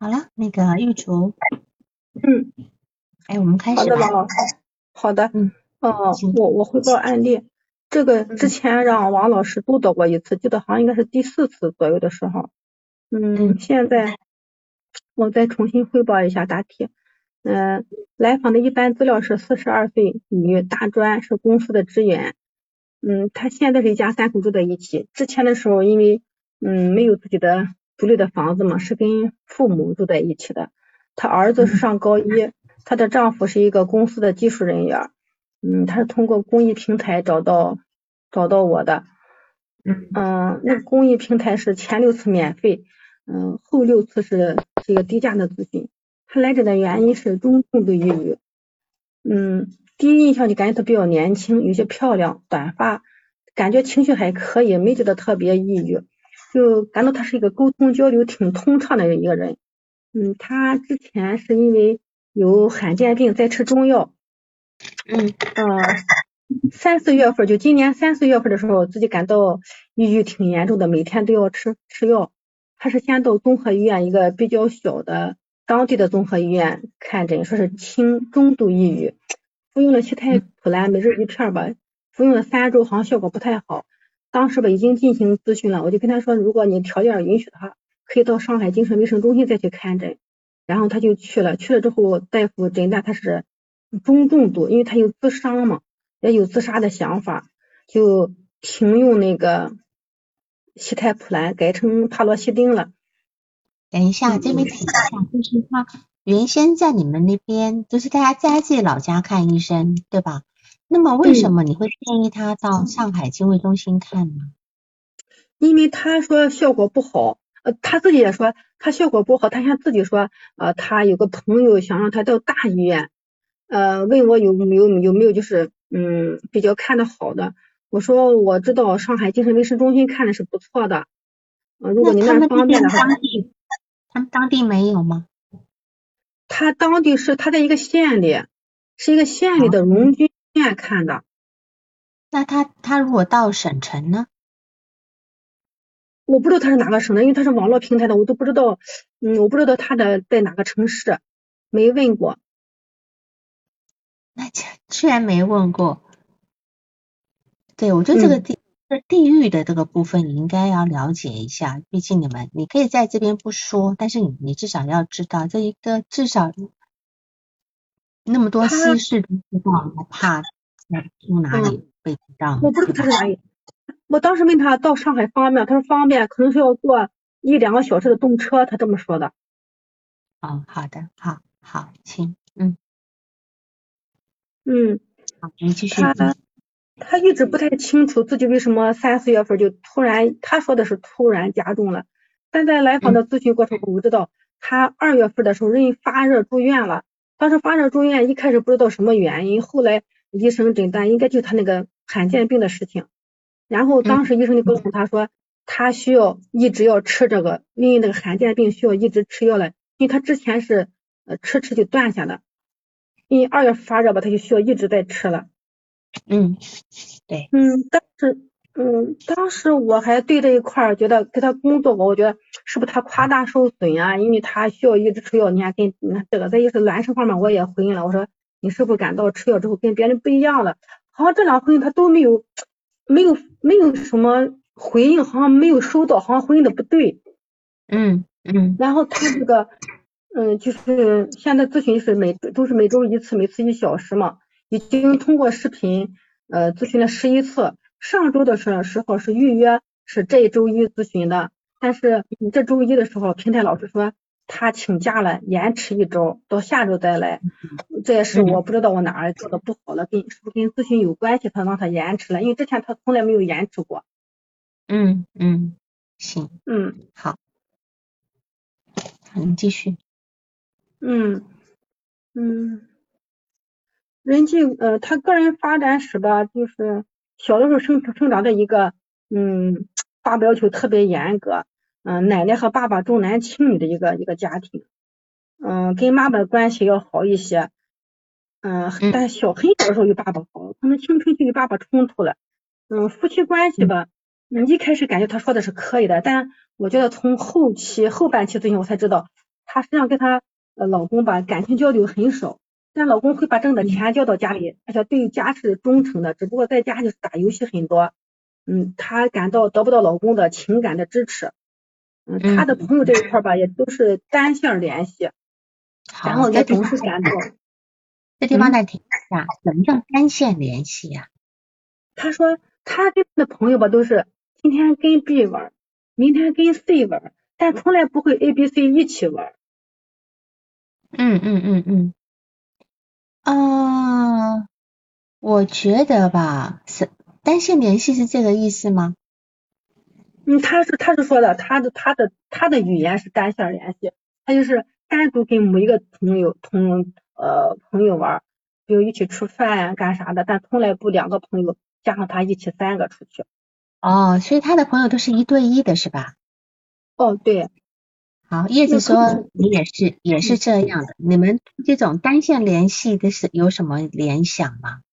好了，那个玉竹， 嗯， 我们开好的， 始吧。 王老师。好的， 嗯，行。 我汇报案例。这个之嗯前让王老师督导过一次，记得好像应该是第4次左右的时候。 嗯现在我再重新汇报一下答题。来访的一般资料是42岁女，大专，是公司的职员。她现在是一家3口住在一起。之前的时候因为没有自己的独立的房子嘛，是跟父母住在一起的。她儿子是上高一，她的丈夫是一个公司的技术人员。她是通过公益平台找到我的。那个公益平台是前6次免费，后6次是这个低价的咨询。她来这的原因是中度抑郁。第一印象就感觉她比较年轻，有些漂亮，短发，感觉情绪还可以，没觉得特别抑郁，就感到她是一个沟通交流挺通畅的一个人。她之前是因为有罕见病在吃中药。3、4月份，就今年3、4月份的时候，自己感到抑郁挺严重的，每天都要吃药。他是先到综合医院一个比较小的当地的综合医院看诊，说是轻中度抑郁，服用了西泰普兰每日1片吧，服用了3周，好像效果不太好。当时吧已经进行咨询了，我就跟他说，如果你条件允许的话，可以到上海精神卫生中心再去看诊。然后他就去了之后，大夫诊断他是中重度，因为他有自伤嘛，也有自杀的想法，就停用那个西泰普兰，改成帕罗西汀了。 等一下，这边提一下，就是他原先在你们那边，就是在自己老家看医生，对吧？那么为什么你会建议他到上海精卫中心看呢？ 因为他说效果不好，他自己也说他效果不好，他想自己说，他有个朋友想让他到大医院，问我有没有就是比较看的好的。我说我知道上海精神卫生中心看的是不错的，如果那你那儿他们这边方便的话。 他们当地没有吗？ 他当地是他在一个县里，是一个县里的荣军医院看的。 那他如果到省城呢？ 我不知道他是哪个省的，因为他是网络平台的，我都不知道。我不知道他的在哪个城市，没问过。 那居然没问过。对，我觉得这个地域的这个部分你应该要了解一下，毕竟你可以在这边不说，但是你至少要知道这一个，至少那么多西他式都知道，还怕在住哪里被知道呢， 我不知道对吧？ 他是哪里。我当时问他到上海方便，他说方便，可能是要坐1、2个小时的动车，他这么说的。 哦，好的，好，请， 嗯， 好，你继续。 他一直不太清楚自己为什么3、4月份就突然，他说的是突然加重了。但在来访的咨询过程中，我知道他2月份的时候人发热住院了。当时发热住院一开始不知道什么原因，后来医生诊断应该就他那个罕见病的事情。然后当时医生就告诉他说，他需要一直要吃这个，因为那个罕见病需要一直吃药了，因为他之前是吃就断下的，因为2月发热吧，他就需要一直在吃了。 对。 当时我还对这一块觉得跟他工作过，我觉得是不是他夸大受损啊？因为他需要一直吃药，你看跟这个，再就是卵生方面我也回应了，我说你是不是感到吃药之后跟别人不一样了？好像这2回应他都没有什么回应，好像没有收到，好像回应的不对。然后他这个就是现在咨询是都是每周1次，每次1小时嘛，已经通过视频咨询了11次。上周的时候是预约是这周一咨询的，但是这周一的时候平台老师说他请假了，延迟1周，到下周再来。这也是我不知道我哪儿做的不好了，是不是跟咨询有关系，他让他延迟了，因为之前他从来没有延迟过。 行。 好， 你继续。 人际他个人发展史吧，就是小的时候生长在一个爸爸要求特别严格，奶奶和爸爸重男轻女的一个家庭，跟妈妈的关系要好一些，但是很小的时候与爸爸好，可能青春期与爸爸冲突了。夫妻关系吧，一开始感觉他说的是可以的，但我觉得从后半期咨询我才知道她实际上跟她老公吧感情交流很少，但老公会把挣的钱交到家里，而且对家是忠诚的，只不过在家就是打游戏很多。她感到得不到老公的情感的支持。她的朋友这一块吧也都是单线联系，然好， 后也总是感到这地方再停一下，什么叫单线联系呀？ 她说她跟的朋友吧都是今天跟 B 玩，明天跟 C 玩，但从来不会 A、B、C 一起玩。 我觉得吧，单线联系是这个意思吗？ 他是说的，他的语言是单线联系，他就是单独跟某一个朋友玩，比如一起吃饭呀干啥的，但从来不两个朋友加上他一起3个出去。 哦，所以他的朋友都是1对1的是吧？ 哦，对。 好，叶子说你也是这样的，你们这种单线联系的是有什么联想吗？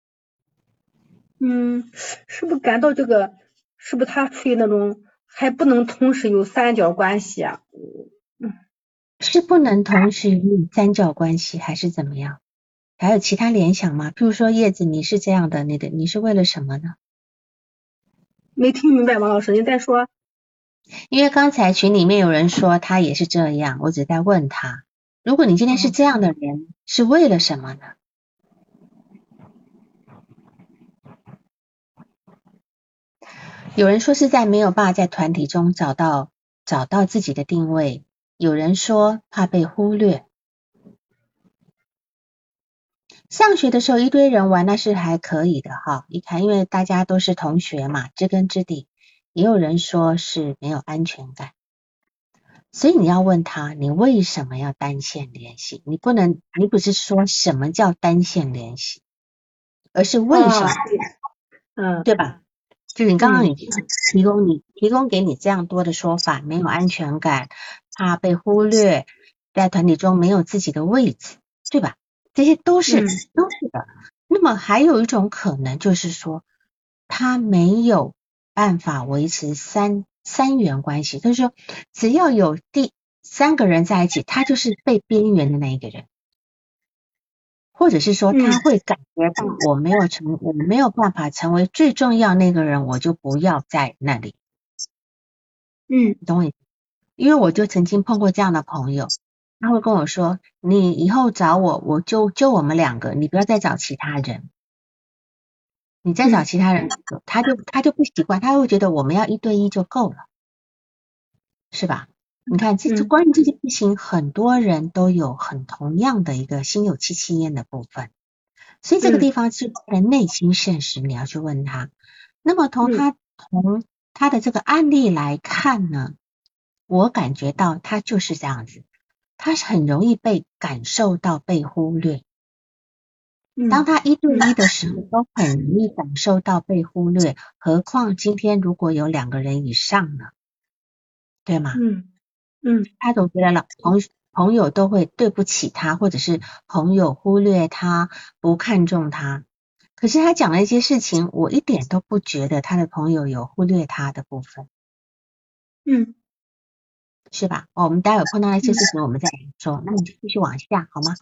是不是感到这个，是不是他处于那种还不能同时有三角关系啊？ 是不能同时有三角关系还是怎么样？还有其他联想吗？譬如说叶子你是这样的，你是为了什么呢？ 没听明白王老师，你再说。 因为刚才群里面有人说他也是这样，我只在问他，如果你今天是这样的人，是为了什么呢？有人说是在没有办法在团体中找到自己的定位，有人说怕被忽略。上学的时候一堆人玩那是还可以的哈，你看因为大家都是同学嘛，知根知底。也有人说是没有安全感，所以你要问他你为什么要单线联系，你不是说什么叫单线联系，而是为什么，对吧？就是你刚刚提供给你这样多的说法，没有安全感，怕被忽略，在团体中没有自己的位置，对吧？这些都是的。那么还有一种可能就是说，他没有办法维持三元关系，就是说只要有第3个人在一起，他就是被边缘的那一个人。或者是说他会感觉到我没有办法成为最重要那个人，我就不要在那里。懂我意思？因为我就曾经碰过这样的朋友，他会跟我说，你以后找我就我们2个，你不要再找其他人。你再找其他人，他就不习惯，他会觉得我们要1对1就够了，是吧？你看这关于这件事情，很多人都有很同样的一个心有戚戚焉的部分。所以这个地方是他的内心现实，你要去问他。那么从他的这个案例来看呢，我感觉到他就是这样子，他是很容易被感受到被忽略。当他1对1的时候，都很容易感受到被忽略，何况今天如果有2个人以上呢，对吗？他总觉得朋友都会对不起他，或者是朋友忽略他，不看重他。可是他讲了一些事情，我一点都不觉得他的朋友有忽略他的部分。是吧？我们待会碰到一些事情我们再说，那你就继续往下好吗？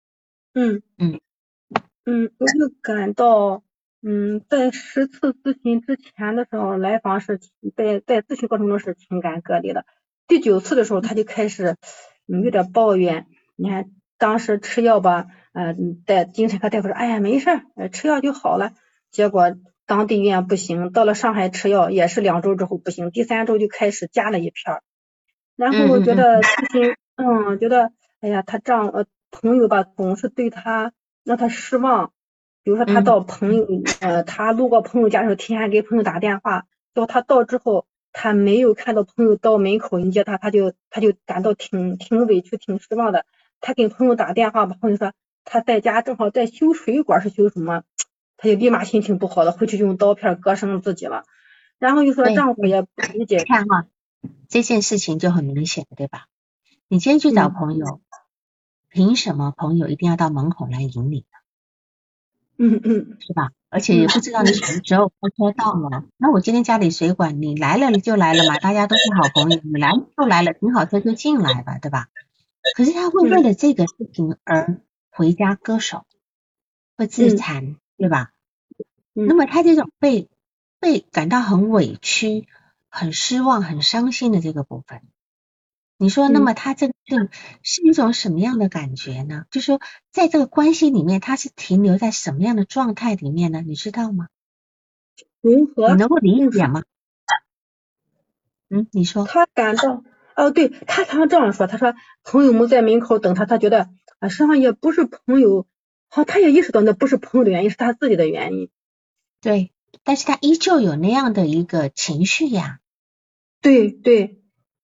我就感到，在10次咨询之前的时候，来访是在咨询过程中是情感隔离的。第9次的时候，他就开始有点抱怨。你看当时吃药吧，在精神科大夫说，哎呀没事，吃药就好了。结果当地医院不行，到了上海吃药也是2周之后不行，第3周就开始加了一片。然后觉得咨询，觉得哎呀，朋友吧总是对他让他失望。比如说他到他路过朋友家的时候，提前给朋友打电话，结果他到之后，他没有看到朋友到门口迎接他，他就感到挺委屈、挺失望的。他给朋友打电话，朋友说他在家正好在修水管是修什么，他就立马心情不好了，回去就用刀片割伤自己了。然后又说丈夫也不理解。 看哈，这件事情就很明显了，对吧？你今天去找朋友，凭什么朋友一定要到门口来迎你呢？是吧？而且也不知道你什么时候开车到了。那我今天家里水管，你来了就来了嘛，大家都是好朋友，你来就来了，停好车就进来吧，对吧？ 可是他会为了这个事情而回家割手，会自残，对吧？那么他这种被感到很委屈、很失望、很伤心的这个部分，你说，那么他这个是一种什么样的感觉呢？就是说，在这个关系里面，他是停留在什么样的状态里面呢？你知道吗？ 融合， 你能够理解吗？你说。 他感到，对，他常这样说，他说朋友们在门口等他，他觉得实际上也不是朋友，好，他也意识到那不是朋友的原因，是他自己的原因。 对，但是他依旧有那样的一个情绪呀。 对对。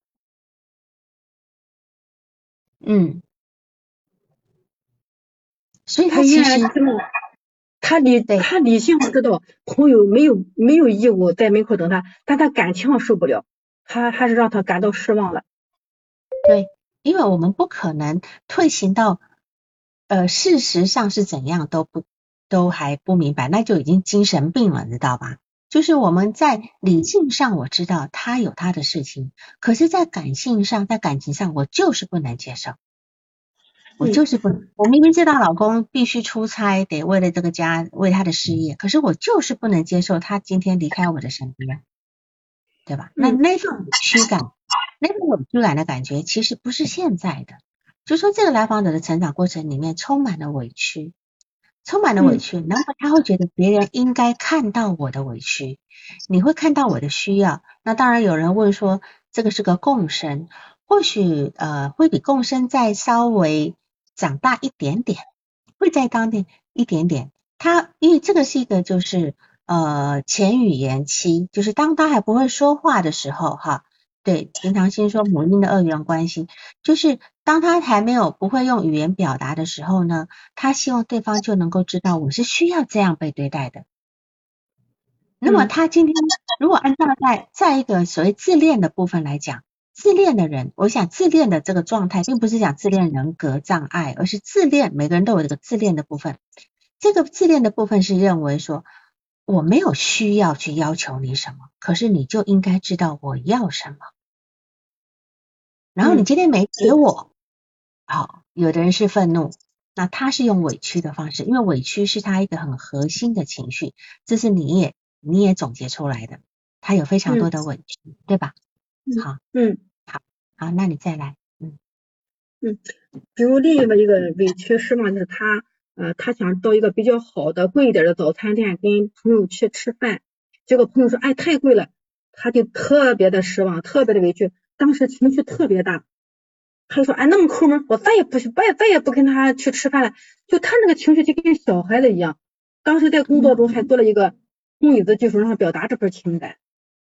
所以他依其实然希望，他理性上知道朋友没有义务在门口等他，但他感情上受不了，还是让他感到失望了。 对，因为我们不可能退行到事实上是怎样都还不明白，那就已经精神病了，知道吧？就是我们在理性上我知道他有他的事情，可是在感性上，在感情上我就是不能接受。我就是不能，我明明知道老公必须出差，得为了这个家，为他的事业，可是我就是不能接受他今天离开我的身边，对吧？那种委屈感，那种委屈感的感觉，其实不是现在的。就说这个来访者的成长过程里面充满了委屈，然后他会觉得别人应该看到我的委屈，你会看到我的需要。那当然有人问说，这个是个共生，或许会比共生再稍微长大一点点，会再当点一点点。因为这个是一个就是前语言期，就是当他还不会说话的时候哈。对，平常心说母婴的二元关系，就是当他还不会用语言表达的时候呢，他希望对方就能够知道我是需要这样被对待的。那么他今天如果按照在一个所谓自恋的部分来讲，自恋的人，我想自恋的这个状态并不是讲自恋人格障碍，而是自恋，每个人都有这个自恋的部分。这个自恋的部分是认为说，我没有需要去要求你什么，可是你就应该知道我要什么。然后你今天没给我，好，有的人是愤怒，那他是用委屈的方式，因为委屈是他一个很核心的情绪，这是你也总结出来的，他有非常多的委屈，对吧？好，好，那你再来， 比如另一个委屈失望就是他想到一个比较好的贵一点的早餐店跟朋友去吃饭，结果朋友说哎太贵了，他就特别的失望，特别的委屈，当时情绪特别大，他就说哎那么抠门，我再也不跟他去吃饭了，就他那个情绪就跟小孩子一样，当时在工作中还做了一个空椅子技术让他表达这份情感。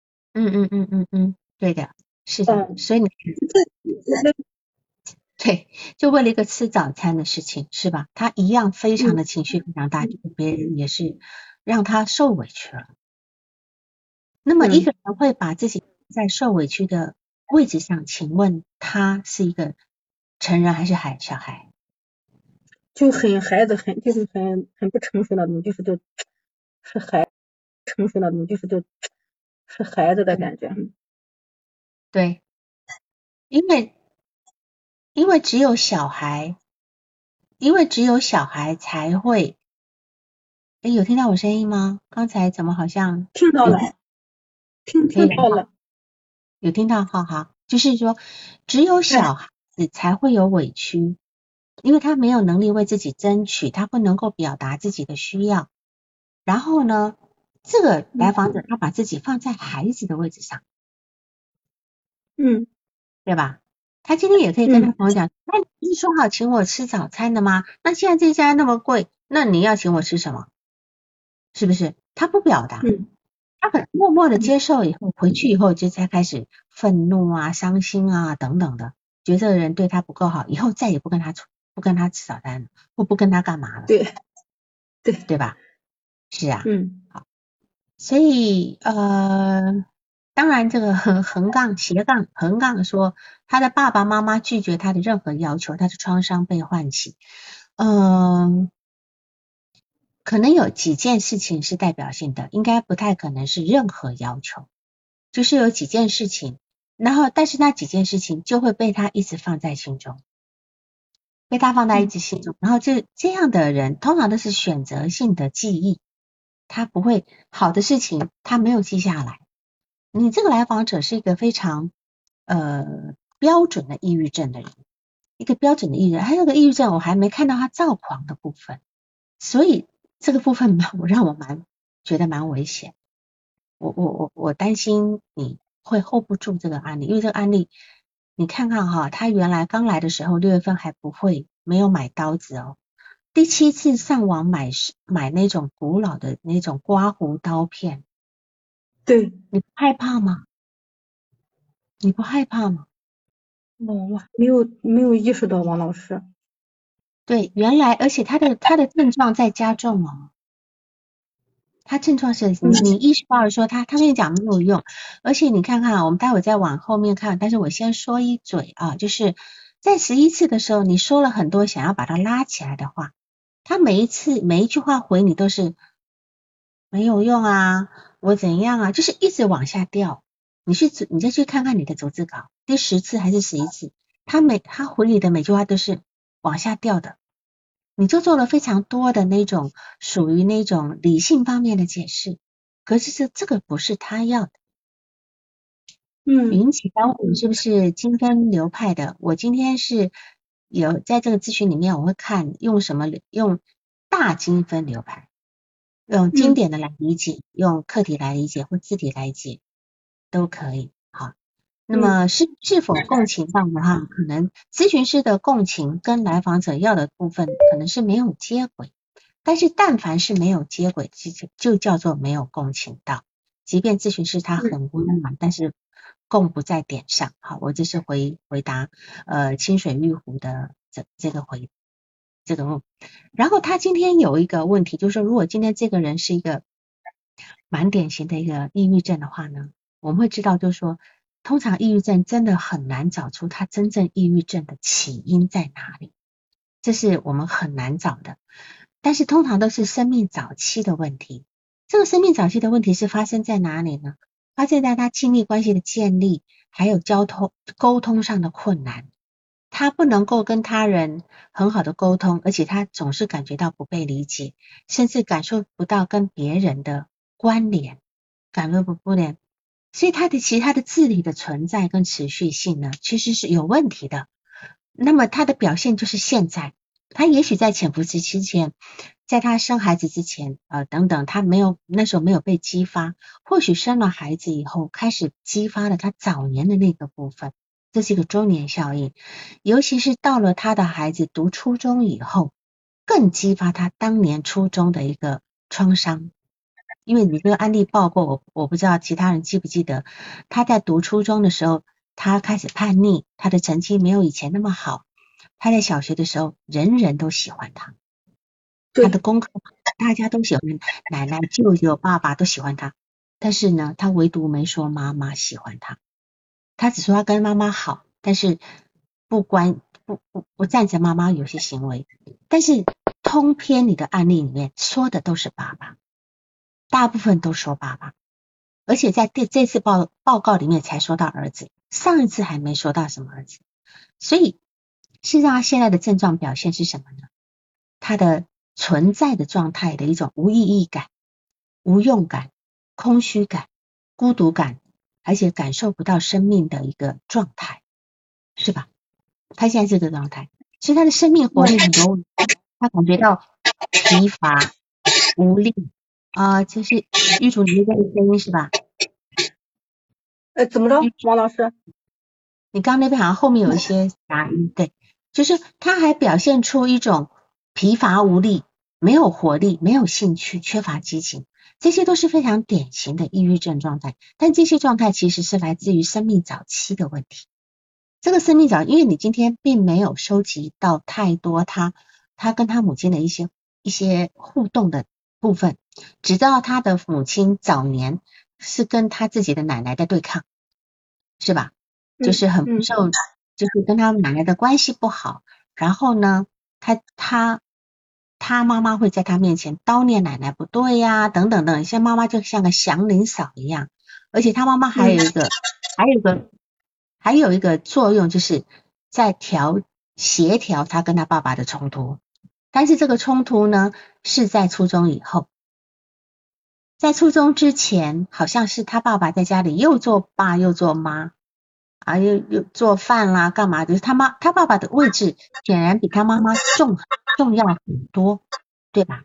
对的，是的，所以你对，就为了一个吃早餐的事情，是吧？他一样非常的情绪非常大，就是别人也是让他受委屈了。那么一个人会把自己在受委屈的位置上，请问他是一个成人还是小孩？ 就很孩子，就是很不成熟那种，是孩成熟那种，是孩子的感觉。 对，因为只有小孩才会。有听到我声音吗？刚才怎么好像听到了，听到了， 有听到，好，就是说只有小孩子才会有委屈，因为他没有能力为自己争取，他不能够表达自己的需要。然后呢，这个来访者他把自己放在孩子的位置上，对吧？他今天也可以跟他朋友讲，那你不是说好请我吃早餐的吗？那现在这家那么贵，那你要请我吃什么？是不是？他不表达，他可能默默的接受以后，回去以后就才开始愤怒啊、伤心啊等等的，觉得这个人对他不够好，以后再也不跟他吃早餐了，或不跟他干嘛了，对吧？是啊，好，所以当然这个横杠说，他的爸爸妈妈拒绝他的任何要求，他的创伤被唤起，可能有几件事情是代表性的，应该不太可能是任何要求，就是有几件事情，然后但是那几件事情就会被他一直放在心中， 被他放在一起心中，然后这样的人通常都是选择性的记忆，他不会好的事情他没有记下来。你这个来访者是一个非常标准的抑郁症的人，一个标准的抑郁症，还有个抑郁症我还没看到他躁狂的部分，所以这个部分让我觉得蛮危险。我担心你会 hold 不住这个案例，因为这个案例你看看哈，他原来刚来的时候6月份还不会，没有买刀子哦，第7次上网买那种古老的那种刮胡刀片， 对， 你不害怕吗？你不害怕吗？ 我没有意识到王老师。 对，原来而且他的症状在加重哦。他症状是你意识到了说他跟你讲没有用，而且你看看啊，我们待会再往后面看，但是我先说一嘴啊，就是在11次的时候，你说了很多想要把他拉起来的话，他每一句话回你都是没有用啊，我怎样啊，就是一直往下掉。你再去看看你的逐字稿，第10次还是11次，他回你的每句话都是往下掉的。你就做了非常多的那种属于那种理性方面的解释，可是这个不是他要的。云起当你是不是精分流派的？我今天是有在这个咨询里面，我会看用大精分流派，用经典的来理解，用课题来理解或字体来理解都可以。好，那么是否共情上的话，可能咨询师的共情跟来访者要的部分可能是没有接轨，但是但凡是没有接轨，就叫做没有共情到。即便咨询师他很温暖，但是共不在点上。好，我这是回答清水玉湖的这个问。然后他今天有一个问题，就是说如果今天这个人是一个蛮典型的一个抑郁症的话呢，我们会知道就是说通常抑郁症真的很难找出他真正抑郁症的起因在哪里，这是我们很难找的，但是通常都是生命早期的问题。这个生命早期的问题是发生在哪里呢？发生在他亲密关系的建立，还有沟通上的困难。他不能够跟他人很好的沟通，而且他总是感觉到不被理解，甚至感受不到跟别人的关联，感受不联。所以其实他的自理的存在跟持续性呢，其实是有问题的。那么他的表现就是现在，他也许在潜伏期之前，在他生孩子之前等等，他那时候没有被激发，或许生了孩子以后开始激发了他早年的那个部分，这是一个周年效应。尤其是到了他的孩子读初中以后，更激发他当年初中的一个创伤。因为你这个案例报过，我不知道其他人记不记得，他在读初中的时候，他开始叛逆，他的成绩没有以前那么好。他在小学的时候，人人都喜欢他，他的功课大家都喜欢，奶奶、舅舅、爸爸都喜欢他，但是呢，他唯独没说妈妈喜欢他，他只说他跟妈妈好，但是不赞成妈妈有些行为，但是通篇你的案例里面说的都是爸爸，大部分都说爸爸，而且在这次报告里面才说到儿子，上一次还没说到什么儿子，所以事实上他现在的症状表现是什么呢？他的存在的状态的一种无意义感、无用感、空虚感、孤独感，而且感受不到生命的一个状态，是吧？他现在这个状态，所以他的生命活力很多，他感觉到疲乏、无力就是玉主你那边声音是吧？ 怎么着，王老师？ 你刚刚那边好像后面有一些杂音，对，就是他还表现出一种疲乏无力、没有活力、没有兴趣、缺乏激情，这些都是非常典型的抑郁症状态。但这些状态其实是来自于生命早期的问题。这个生命早，因为你今天并没有收集到太多他跟他母亲的一些互动的部分，只知道他的母亲早年是跟他自己的奶奶在对抗，是吧？就是很不受，就是跟他奶奶的关系不好，然后呢，他妈妈会在他面前叨念奶奶不对呀，等等等，像妈妈就像个祥林嫂一样，而且他妈妈还有一个作用，就是在调协调他跟他爸爸的冲突，但是这个冲突呢是在初中以后。在初中之前，好像是他爸爸在家里又做爸又做妈啊，又做饭啦，干嘛？就是他爸爸的位置显然比他妈妈重要很多，对吧？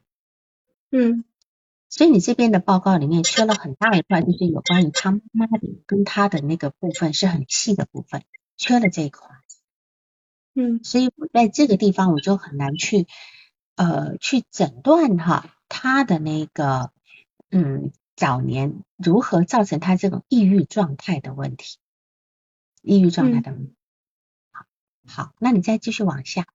所以你这边的报告里面缺了很大一块，就是有关于他妈妈的跟他的那个部分是很细的部分，缺了这一块。所以我在这个地方我就很难去诊断他的那个早年如何造成他这种抑郁状态的问题。好，那你再继续往下。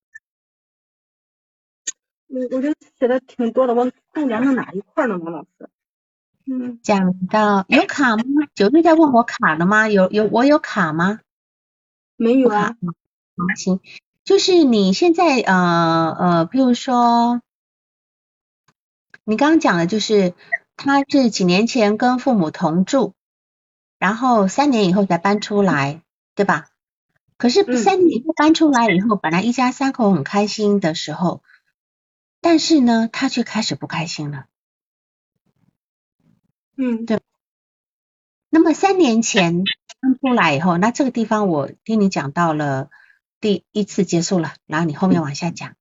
我觉得写的挺多的，我重点是哪一块呢，王老师？ 讲到有卡吗？九妹在问我卡了吗？我有卡吗？ 没有啊。 行，就是你现在譬如说你刚刚讲的就是他是几年前跟父母同住，然后3年以后才搬出来，对吧？可是3年以后搬出来以后，本来一家3口很开心的时候，但是呢他却开始不开心了。对。那么3年前搬出来以后，那这个地方我听你讲到了第一次结束了，然后你后面往下讲。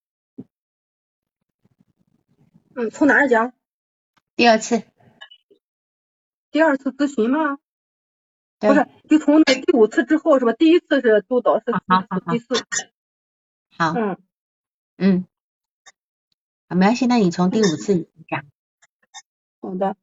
从哪儿讲？ 第二次咨询吗？ 对， 不是，就从那第5次之后是吧？第1次是督导，是第4次。 好，没关系，那你从第5次讲。 好的。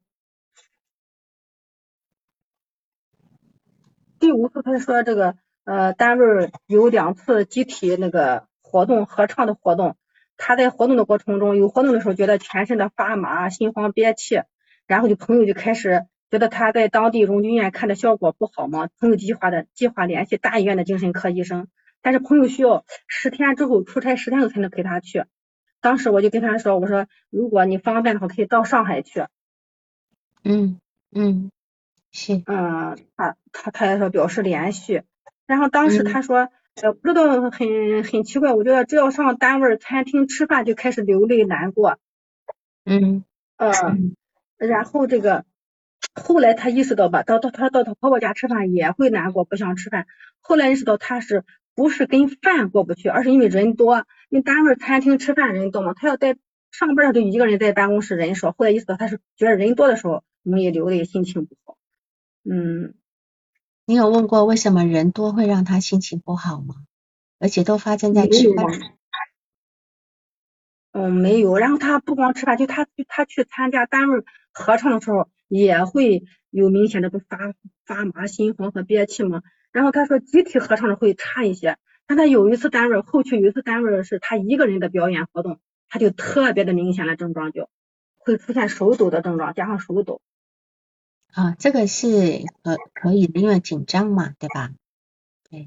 第5次他说这个单位有2次集体那个活动，合唱的活动。他在活动的过程中，有活动的时候觉得全身的发麻、心慌憋气，然后朋友就开始觉得他在当地荣军医院看的效果不好嘛，朋友计划联系大医院的精神科医生，但是朋友需要10天之后出差10天后才能陪他去。当时我就跟他说，我说如果你方便的话，可以到上海去。 是。 他也说表示联系，然后当时他说不知道很奇怪，我觉得只要上单位餐厅吃饭就开始流泪难过。然后这个后来他意识到吧，到他婆婆家吃饭也会难过，不想吃饭。后来意识到他是不是跟饭过不去，而是因为人多，因为单位餐厅吃饭人多嘛，他要在上班就一个人在办公室人少，后来意识到他是觉得人多的时候容易流泪，心情不好。 你有问过为什么人多会让他心情不好吗？而且都发生在吃饭。 没有。然后他不光吃饭，就他去参加单位合唱的时候也会有明显的发麻、心慌和憋气嘛。然后他说集体合唱的会差一些，但他有一次单位是他一个人的表演活动，他就特别的明显的症状，就会出现手抖的症状，加上手抖。 这个是可以的，因为紧张嘛，对吧？对。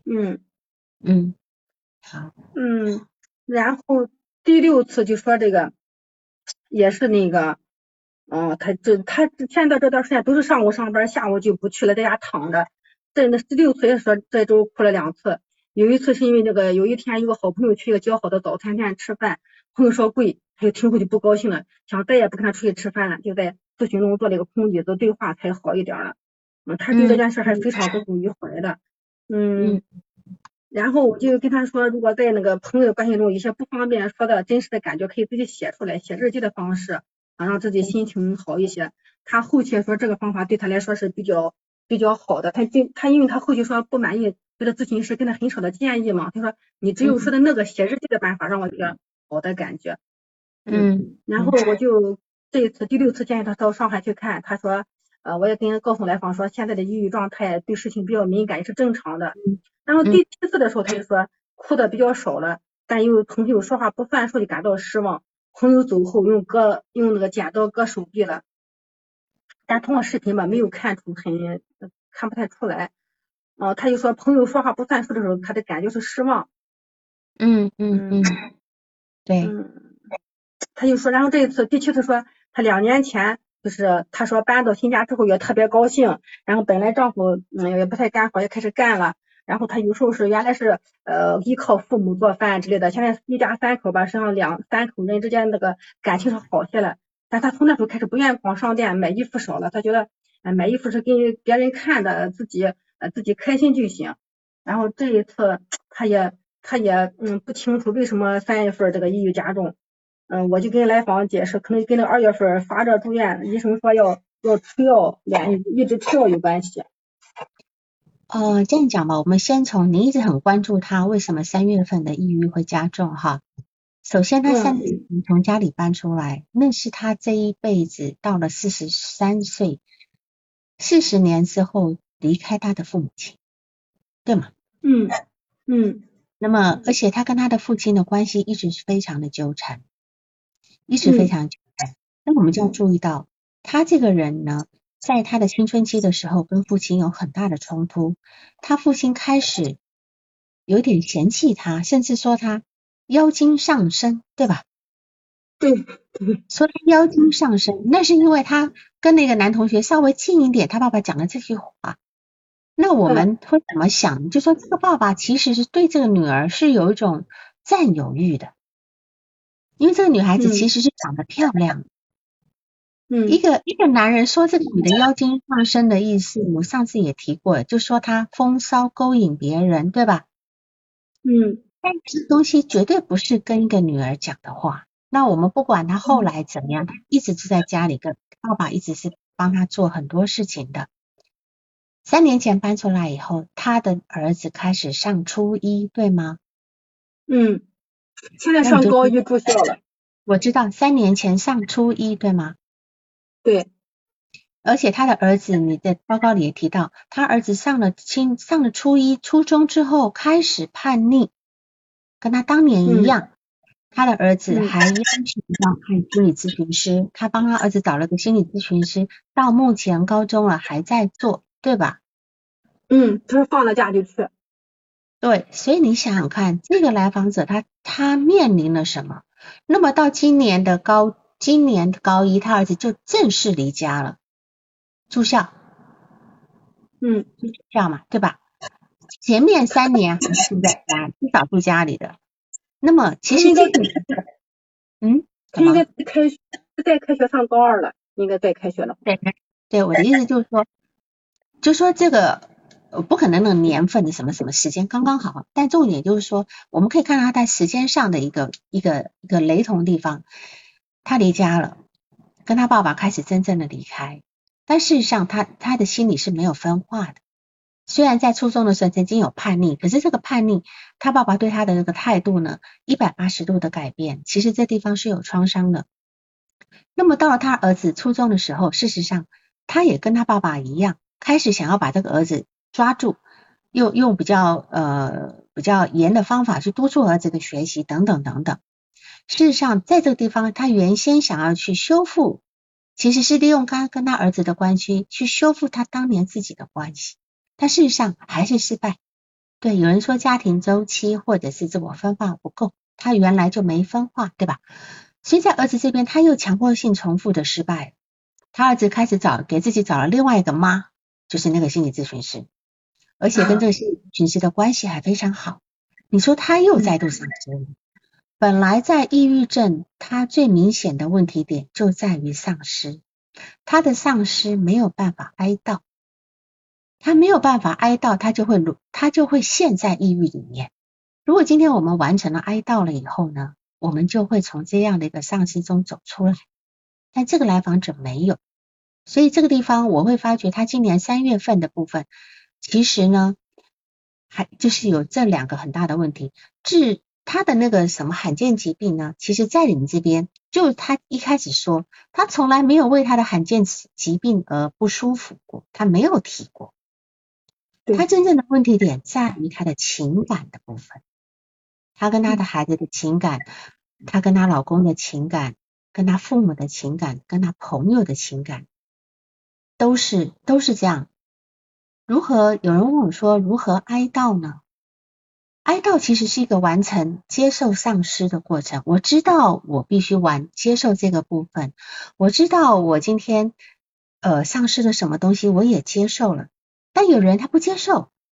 好。 然后第6次就说这个也是那个他现在这段时间都是上午上班，下午就不去了，在家躺着。那第6次也说这周哭了2次，有一次是因为有一天有个好朋友去一个较好的早餐店吃饭，朋友说贵，他就听后就不高兴了，想再也不跟他出去吃饭了，就在咨询中做了一个空椅子对话才好一点了。他对这件事还非常耿耿于怀的。然后我就跟他说，如果在那个朋友关系中一些不方便说的真实的感觉，可以自己写出来，写日记的方式让自己心情好一些。他后期说这个方法对他来说是比较好的。他因为他后期说不满意，觉得咨询师给他很少的建议嘛，他说你只有说的那个写日记的办法让我觉得好的感觉。然后我就这一次第6次建议他到上海去看，他说我也告诉来访说现在的抑郁状态对事情比较敏感也是正常的。然后第7次的时候他就说哭的比较少了，但又朋友说话不算数就感到失望，朋友走后用那个剪刀割手臂了，但通过视频吧没有看不太出来。他就说朋友说话不算数的时候他的感觉是失望。 对。 他就说，然后这一次第7次说他2年前就是他说搬到新家之后也特别高兴，然后本来丈夫也不太干活也开始干了， 然后他有时候是原来是依靠父母做饭之类的，现在一家三口吧，实际上三口人之间那个感情是好些了。但他从那时候开始不愿意光商店买衣服少了，他觉得买衣服是给别人看的，自己开心就行。然后这一次他也不清楚为什么3月份这个抑郁加重。我就跟来访解释，可能跟那2月份发热住院，医生说要吃药，一直吃药有关系。 这样讲吧，我们先从你一直很关注他为什么3月份的抑郁会加重哈。首先他3年前从家里搬出来，那是他这一辈子到了43岁40年之后离开他的父母亲，对吗？那么而且他跟他的父亲的关系一直是非常的纠缠，一直非常纠缠。那我们就要注意到他这个人呢，在他的青春期的时候跟父亲有很大的冲突，他父亲开始有点嫌弃他，甚至说他妖精上身，对吧？ 对， 说他妖精上身，那是因为他跟那个男同学稍微近一点，他爸爸讲了这句话。那我们会怎么想？就说这个爸爸其实是对这个女儿是有一种占有欲的，因为这个女孩子其实是长得漂亮的。一个男人说这个女的妖精上身的意思，我上次也提过，就说他风骚勾引别人，对吧？但这东西绝对不是跟一个女儿讲的话。那我们不管他后来怎么样，他一直是在家里跟爸爸一直是帮他做很多事情的。3年前搬出来以后，他的儿子开始上初一，对吗？ 现在上高一住校了。 我知道3年前上初一，对吗？ 对。 而且他的儿子，你的报告里也提到，他儿子上了初一、初中之后开始叛逆，跟他当年一样。他的儿子还要求要看心理咨询师，他帮他儿子找了个心理咨询师，到目前高中了还在做，对吧？ 他是放了假就去。 对，所以你想想看，这个来访者他面临了什么？那么到今年的高一，他儿子就正式离家了，住校。住校嘛，对吧？前面3年还是住在家，至少住家里的。那么其实这个他应该再开学上高2了，应该再开学了。 对，我的意思就是说这个不可能的年份的什么什么时间刚刚好，但重点就是说，我们可以看到他在时间上的一个雷同的地方，他离家了，跟他爸爸开始真正的离开，但事实上他的心里是没有分化的。虽然在初中的时候曾经有叛逆，可是这个叛逆，他爸爸对他的这个态度呢，180度的改变，其实这地方是有创伤的。那么到了他儿子初中的时候，事实上他也跟他爸爸一样，开始想要把这个儿子抓住，又用比较严的方法去督促儿子的学习等等等等。事实上在这个地方，他原先想要去修复，其实是利用他跟他儿子的关系去修复他当年自己的关系，但事实上还是失败。对，有人说家庭周期或者是自我分化不够，他原来就没分化，对吧？所以在儿子这边他又强迫性重复的失败，他儿子开始给自己找了另外一个妈，就是那个心理咨询师，而且跟这个心理咨询师的关系还非常好。你说他又再度丧失了。本来在抑郁症他最明显的问题点就在于丧失，他的丧失没有办法哀悼，他没有办法哀悼，他就会陷在抑郁里面。如果今天我们完成了哀悼了以后呢，我们就会从这样的一个丧失中走出来，但这个来访者没有，所以这个地方我会发觉他今年3月份的部分，其实呢还就是有这2个很大的问题。他的那个什么罕见疾病呢，其实在你们这边就他一开始说他从来没有为他的罕见疾病而不舒服过，他没有提过。他真正的问题点在于他的情感的部分，他跟他的孩子的情感，他跟他老公的情感，跟他父母的情感，跟他朋友的情感，都是这样。有人问我说如何哀悼呢？哀悼其实是一个完成接受丧失的过程。我知道我必须接受这个部分，我知道我今天丧失了什么东西，我也接受了。但有人他不接受，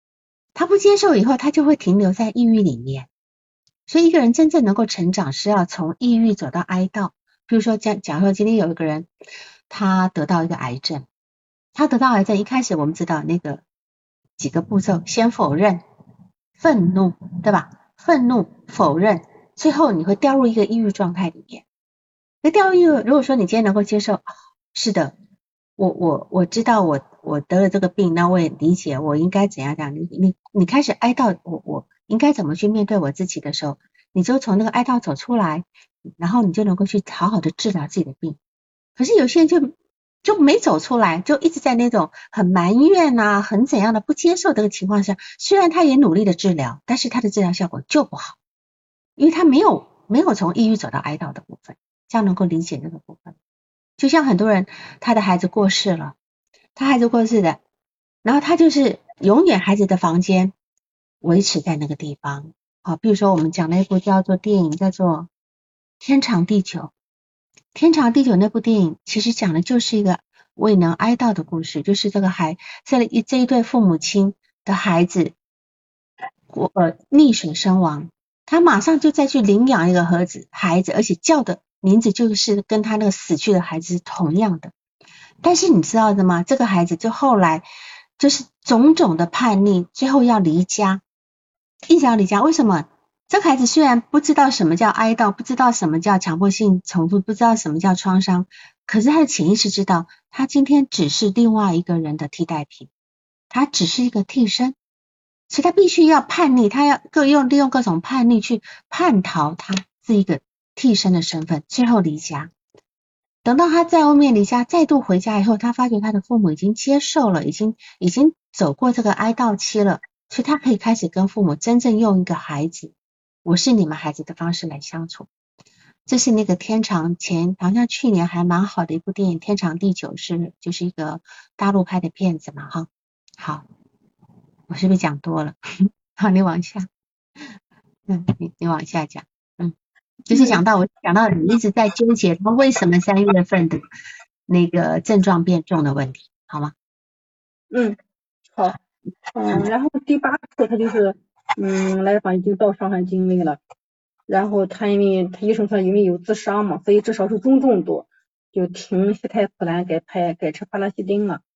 他不接受以后，他就会停留在抑郁里面。所以一个人真正能够成长，是要从抑郁走到哀悼。比如说，假如说今天有一个人，他得到一个癌症，一开始我们知道那个几个步骤，先否认、愤怒，对吧？愤怒、否认，最后你会掉入一个抑郁状态里面。那掉入抑郁，如果说你今天能够接受，是的，我知道我得了这个病，那我也理解我应该怎样讲。你开始哀悼，我应该怎么去面对我自己的时候，你就从那个哀悼走出来，然后你就能够去好好的治疗自己的病。可是有些人就没走出来，就一直在那种很埋怨啊，很怎样的不接受这个情况下，虽然他也努力的治疗，但是他的治疗效果就不好，因为他没有从抑郁走到哀悼的部分，这样能够理解这个部分。就像很多人他的孩子过世了，他孩子过世的，然后他就是永远孩子的房间维持在那个地方。好，比如说我们讲那部叫做电影叫做《天长地久》，天长地久那部电影其实讲的就是一个未能哀悼的故事，就是这一对父母亲的孩子溺水身亡，他马上就再去领养一个孩子，而且叫的名字就是跟他那个死去的孩子是同样的。但是你知道的吗？这个孩子就后来就是种种的叛逆，最后要离家，一直要离家。为什么？这个孩子虽然不知道什么叫哀悼，不知道什么叫强迫性重复，不知道什么叫创伤，可是他的潜意识知道，他今天只是另外一个人的替代品，他只是一个替身，所以他必须要叛逆，他要利用各种叛逆去叛逃他是一个替身的身份，最后离家。等到他在外面离家再度回家以后，他发觉他的父母已经接受了，已经走过这个哀悼期了，所以他可以开始跟父母真正用一个孩子，我是你们孩子的方式来相处。这是那个好像去年还蛮好的一部电影《天长地久》，就是一个大陆拍的片子嘛，哈。好，我是不是讲多了？好，你往下，你往下讲，就是我讲到你一直在纠结他为什么3月份的那个症状变重的问题，好吗？ 好，然后第8次他就是来访已经到伤寒经历了，然后他因为他医生说因为有自伤嘛，所以至少是中重度，就停西泰呋兰改吃帕拉西汀了。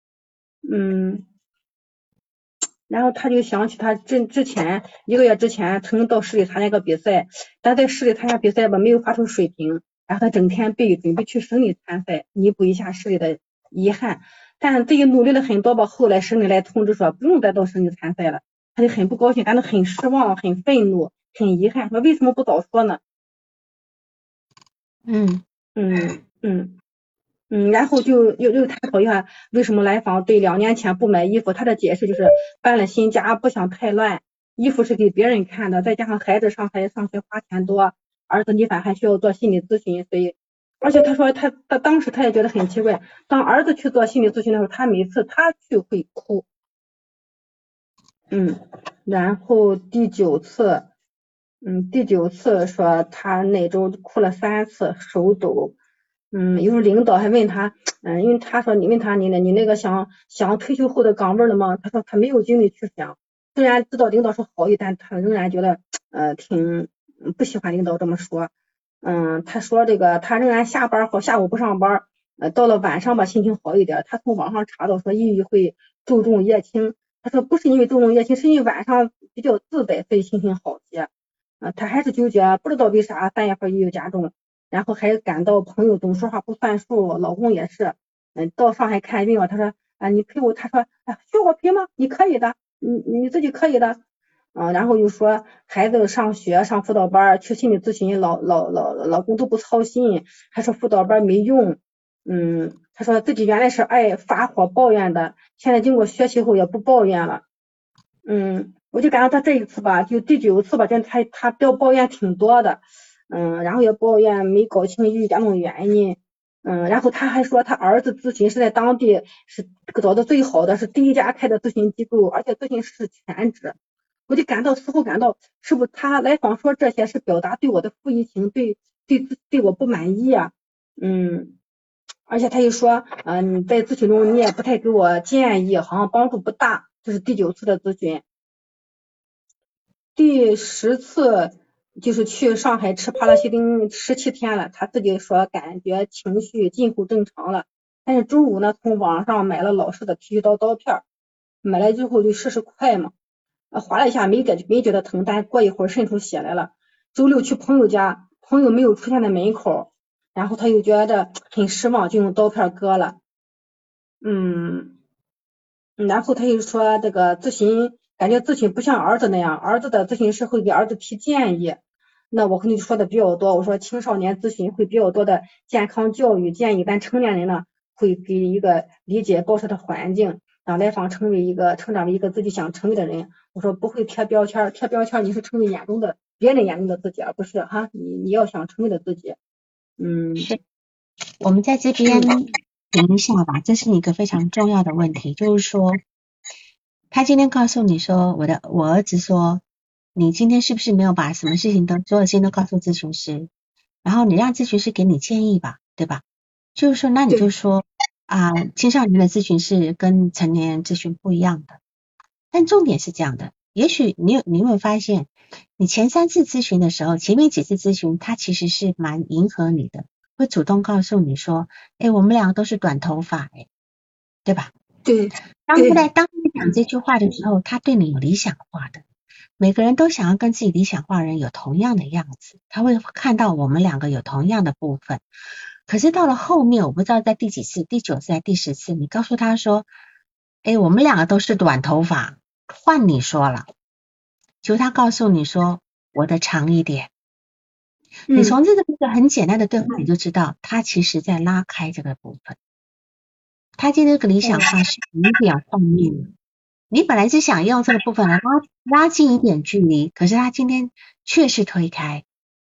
然后他就想起他之前1个月之前曾经到市里参加个比赛，但在市里参加比赛吧没有发出水平，然后他整天准备去省里参赛，弥补一下市里的遗憾。但是自己努力了很多吧，后来省里来通知说不用再到省里参赛了，他就很不高兴，感到很失望、很愤怒、很遗憾，说为什么不早说呢？然后就又探讨一下为什么来访对2年前不买衣服，他的解释就是搬了新家，不想太乱，衣服是给别人看的，再加上孩子上学花钱多，儿子你反还需要做心理咨询，所以而且他说他当时他也觉得很奇怪，当儿子去做心理咨询的时候，他每次他去会哭。然后第9次说他那周哭了3次，手抖。有时候领导还问他，因为他说你问他你那个想退休后的岗位了吗？他说他没有精力去想，虽然知道领导说好意，但他仍然觉得挺不喜欢领导这么说。他说这个他仍然下班后下午不上班，到了晚上吧心情好一点。他从网上查到说抑郁会注重夜听，他说不是因为注重夜听，是因为晚上比较自在，所以心情好些。他还是纠结，不知道为啥3月份抑郁加重。然后还感到朋友总说话不算数，老公也是，到上海看病了，他说你陪我，他说需要我陪吗？你可以的，你自己可以的，然后又说孩子上学上辅导班去心理咨询，老公都不操心，还说辅导班没用。他说自己原来是爱发火抱怨的，现在经过学习后也不抱怨了。我就感到他这一次吧，就第9次吧，他抱怨挺多的。然后也抱怨没搞清抑郁加重原因。然后他还说他儿子咨询是在当地是找的最好的，是第1家开的咨询机构，而且咨询师是全职。我就似乎感到是不是他来访说这些是表达对我的负移情，对我不满意啊。而且他又说你在咨询中你也不太给我建议，好像帮助不大。这是第9次的咨询。 第10次就是去上海吃帕拉西汀17天了，他自己说感觉情绪近乎正常了。但是周五呢，从网上买了老式的剃须刀片，买来之后就试试快嘛，划了一下没觉得疼，但过一会儿渗出血来了。周六去朋友家，朋友没有出现在门口，然后他又觉得很失望，就用刀片割了。然后他又说这个咨询，感觉咨询不像儿子那样，儿子的咨询师会给儿子提建议。那我和你说的比较多，我说青少年咨询会比较多的健康教育建议，但成年人呢会给一个理解报社的环境，让来访成长为一个自己想成为的人。我说不会贴标签，贴标签你是成为别人眼中的自己，而不是你要想成为的自己。 是我们在这边停一下吧，这是一个非常重要的问题，就是说他今天告诉你说，我儿子说你今天是不是没有把所有事情都告诉咨询师，然后你让咨询师给你建议吧，对吧？就是说那你就说青少年的咨询是跟成年人咨询不一样的，但重点是这样的，也许你有没有发现，你前3次咨询的时候，前面几次咨询他其实是蛮迎合你的，会主动告诉你说我们两个都是短头发对吧？ 对， 当你讲这句话的时候，他对你有理想化的，每个人都想要跟自己理想化的人有同样的样子，他会看到我们两个有同样的部分。可是到了后面，我不知道在第几次，第9次还是第10次，你告诉他说我们两个都是短头发，换你说了，就他告诉你说我的长一点，你从这个很简单的对话你就知道他其实在拉开这个部分，他今天这个理想化是有点幻灭的，你本来是想用这个部分来拉近一点距离，可是他今天确实推开，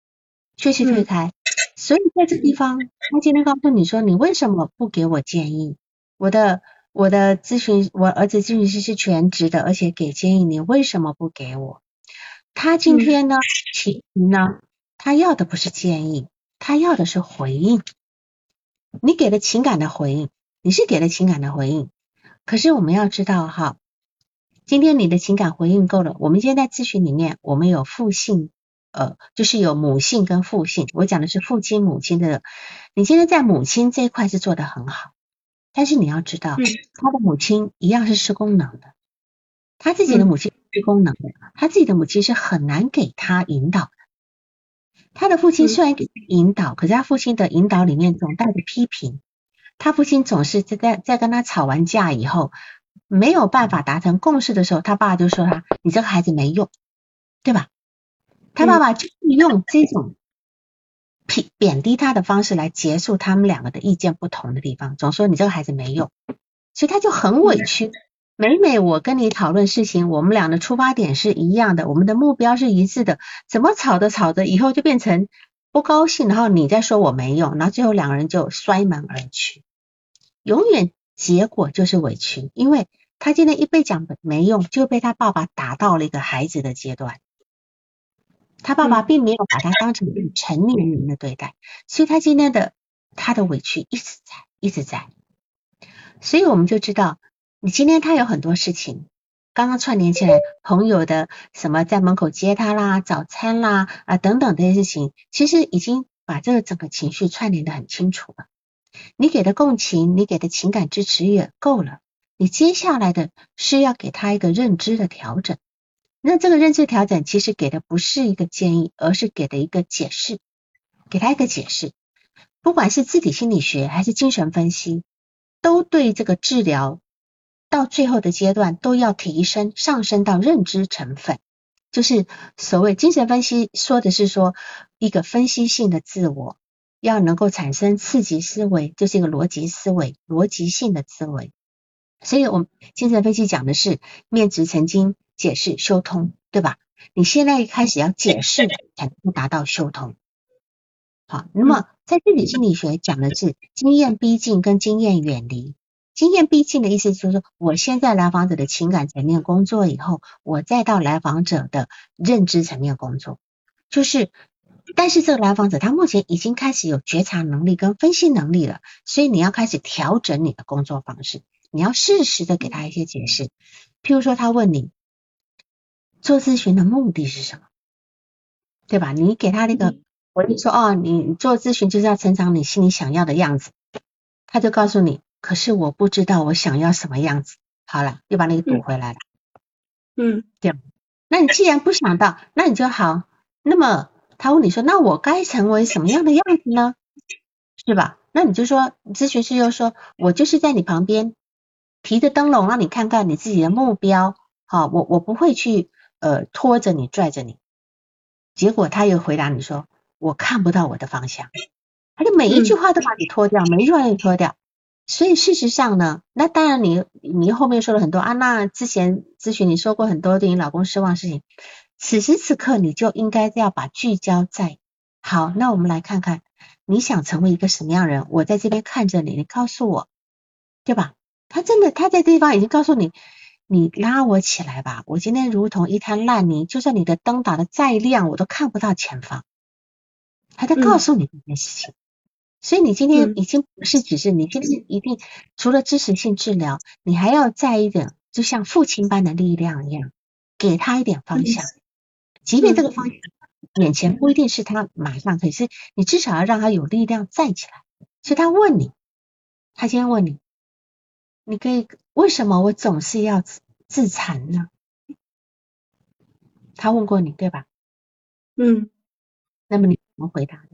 所以在这个地方他今天告诉你说你为什么不给我建议，我儿子咨询师是全职的，而且给建议，你为什么不给我？他今天呢其实呢他要的不是建议，他要的是回应，你给了情感的回应，你是给了情感的回应，可是我们要知道今天你的情感回应够了，我们今天在咨询里面我们有父性就是有母性跟父性，我讲的是父亲母亲的，你今天在母亲这一块是做得很好，但是你要知道他的母亲一样是失功能的，他自己的母亲是失功能的，他自己的母亲是很难给他引导的，他的父亲虽然给他引导，可是他父亲的引导里面总带着批评，他父亲总是在跟他吵完架以后没有办法达成共识的时候，他爸爸就说你这个孩子没用，对吧？他爸爸就用这种贬低他的方式来结束他们两个的意见不同的地方，总说你这个孩子没用，所以他就很委屈。每我跟你讨论事情，我们俩的出发点是一样的，我们的目标是一致的，怎么吵着以后就变成不高兴，然后你再说我没用，然后最后两个人就摔门而去，永远结果就是委屈，因为他今天一被讲没用，就被他爸爸打到了一个孩子的阶段，他爸爸并没有把他当成一个成年人的对待，所以他今天他的委屈一直在，所以我们就知道你今天他有很多事情刚刚串联起来，朋友的什么在门口接他啦，早餐啦等等这些事情，其实已经把这个整个情绪串联得很清楚了，你给的共情，你给的情感支持也够了，你接下来的是要给他一个认知的调整，那这个认知调整其实给的不是一个建议，而是给的一个解释，给他一个解释，不管是自体心理学还是精神分析，都对这个治疗到最后的阶段都要上升到认知成分，就是所谓精神分析说的是说一个分析性的自我要能够产生刺激思维，就是一个逻辑思维，逻辑性的思维，所以我们精神分析讲的是面质神经解释修通，对吧？你现在开始要解释才能达到修通。好，那么在自体心理学讲的是经验逼近跟经验远离。经验逼近的意思就是说，我先在来访者的情感层面工作以后，我再到来访者的认知层面工作，但是这个来访者他目前已经开始有觉察能力跟分析能力了，所以你要开始调整你的工作方式，你要适时的给他一些解释。譬如说他问你做咨询的目的是什么，对吧？你给他那个，我就说哦，你做咨询就是要成长你心里想要的样子，他就告诉你，可是我不知道我想要什么样子。好了，又把那个堵回来了。对吧？那你既然不想到，那你就好。那么他问你说，那我该成为什么样的样子呢？是吧？那你就说，咨询师就说，我就是在你旁边提着灯笼，让你看看你自己的目标。好，我不会去拖着你拽着你。结果他又回答你说，我看不到我的方向。他就每一句话都把你拖掉，每一句话都拖掉。所以事实上呢，那当然你后面说了很多啊，那之前咨询你说过很多对你老公失望的事情，此时此刻你就应该要把聚焦在，好，那我们来看看你想成为一个什么样人，我在这边看着你，你告诉我，对吧？他在地方已经告诉你，你拉我起来吧，我今天如同一滩烂泥，就算你的灯打得再亮，我都看不到前方。他在告诉你这件事情。所以你今天已经不是只是你今天一定除了支持性治疗，你还要再一点，就像父亲般的力量一样，给他一点方向。即便这个方向眼前不一定是他马上，可是你至少要让他有力量站起来。所以他问你，他今天问你，你可以为什么我总是要自残呢？他问过你对吧？那么你怎么回答的？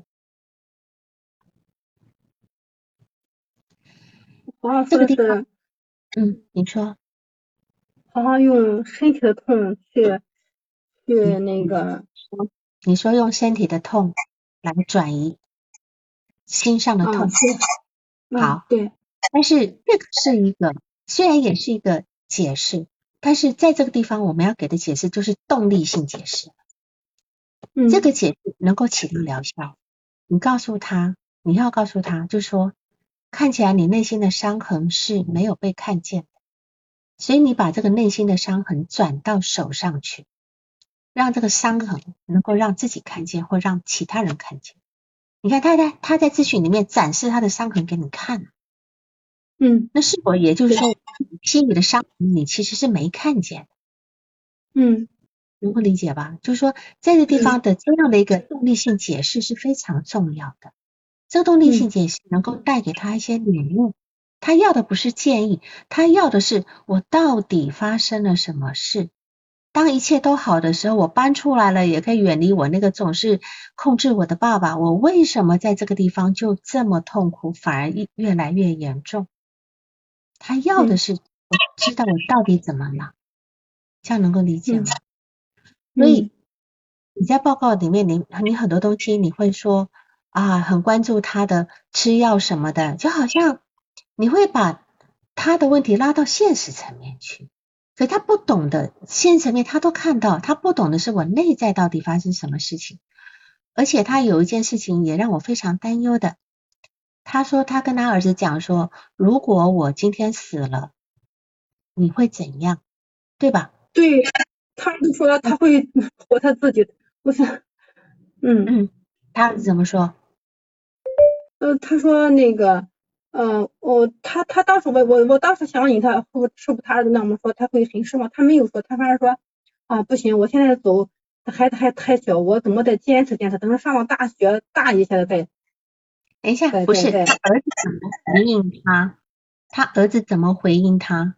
好像这个地方， 说的是， 你说， 好像用身体的痛去那个， 你说用身体的痛来转移心上的痛。好， 对， 但是这个是一个，虽然也是一个解释，但是在这个地方我们要给的解释就是动力性解释。这个解释能够起到疗效。你要告诉他，就是说，看起来你内心的伤痕是没有被看见的，所以你把这个内心的伤痕转到手上去，让这个伤痕能够让自己看见，或让其他人看见。你看他在咨询里面展示他的伤痕给你看，那是否也就是说，心里的伤痕你其实是没看见的？能够理解吧？就是说，在这地方的这样的一个动力性解释是非常重要的。这个动力性解释能够带给他一些领悟，他要的不是建议，他要的是我到底发生了什么事。当一切都好的时候，我搬出来了，也可以远离我那个总是控制我的爸爸。我为什么在这个地方就这么痛苦，反而越来越严重？他要的是我知道我到底怎么了，这样能够理解吗？所以你在报告里面，你很多东西你会说啊，很关注他的吃药什么的，就好像你会把他的问题拉到现实层面去。所以他不懂的现实层面他都看到，他不懂的是我内在到底发生什么事情。而且他有一件事情也让我非常担忧的，他说他跟他儿子讲说，如果我今天死了，你会怎样，对吧？ 对，他就说他会活他自己，我想， 他儿子怎么说？ 他说那个，他当时我当时想你，他是不是他儿子那么说他会很失望，他没有说，他反而说啊不行，我现在走，孩子还太小，我怎么再坚持，等他上了大学大一些的再。 等一下，不是，他儿子怎么回应他？他儿子怎么回应他？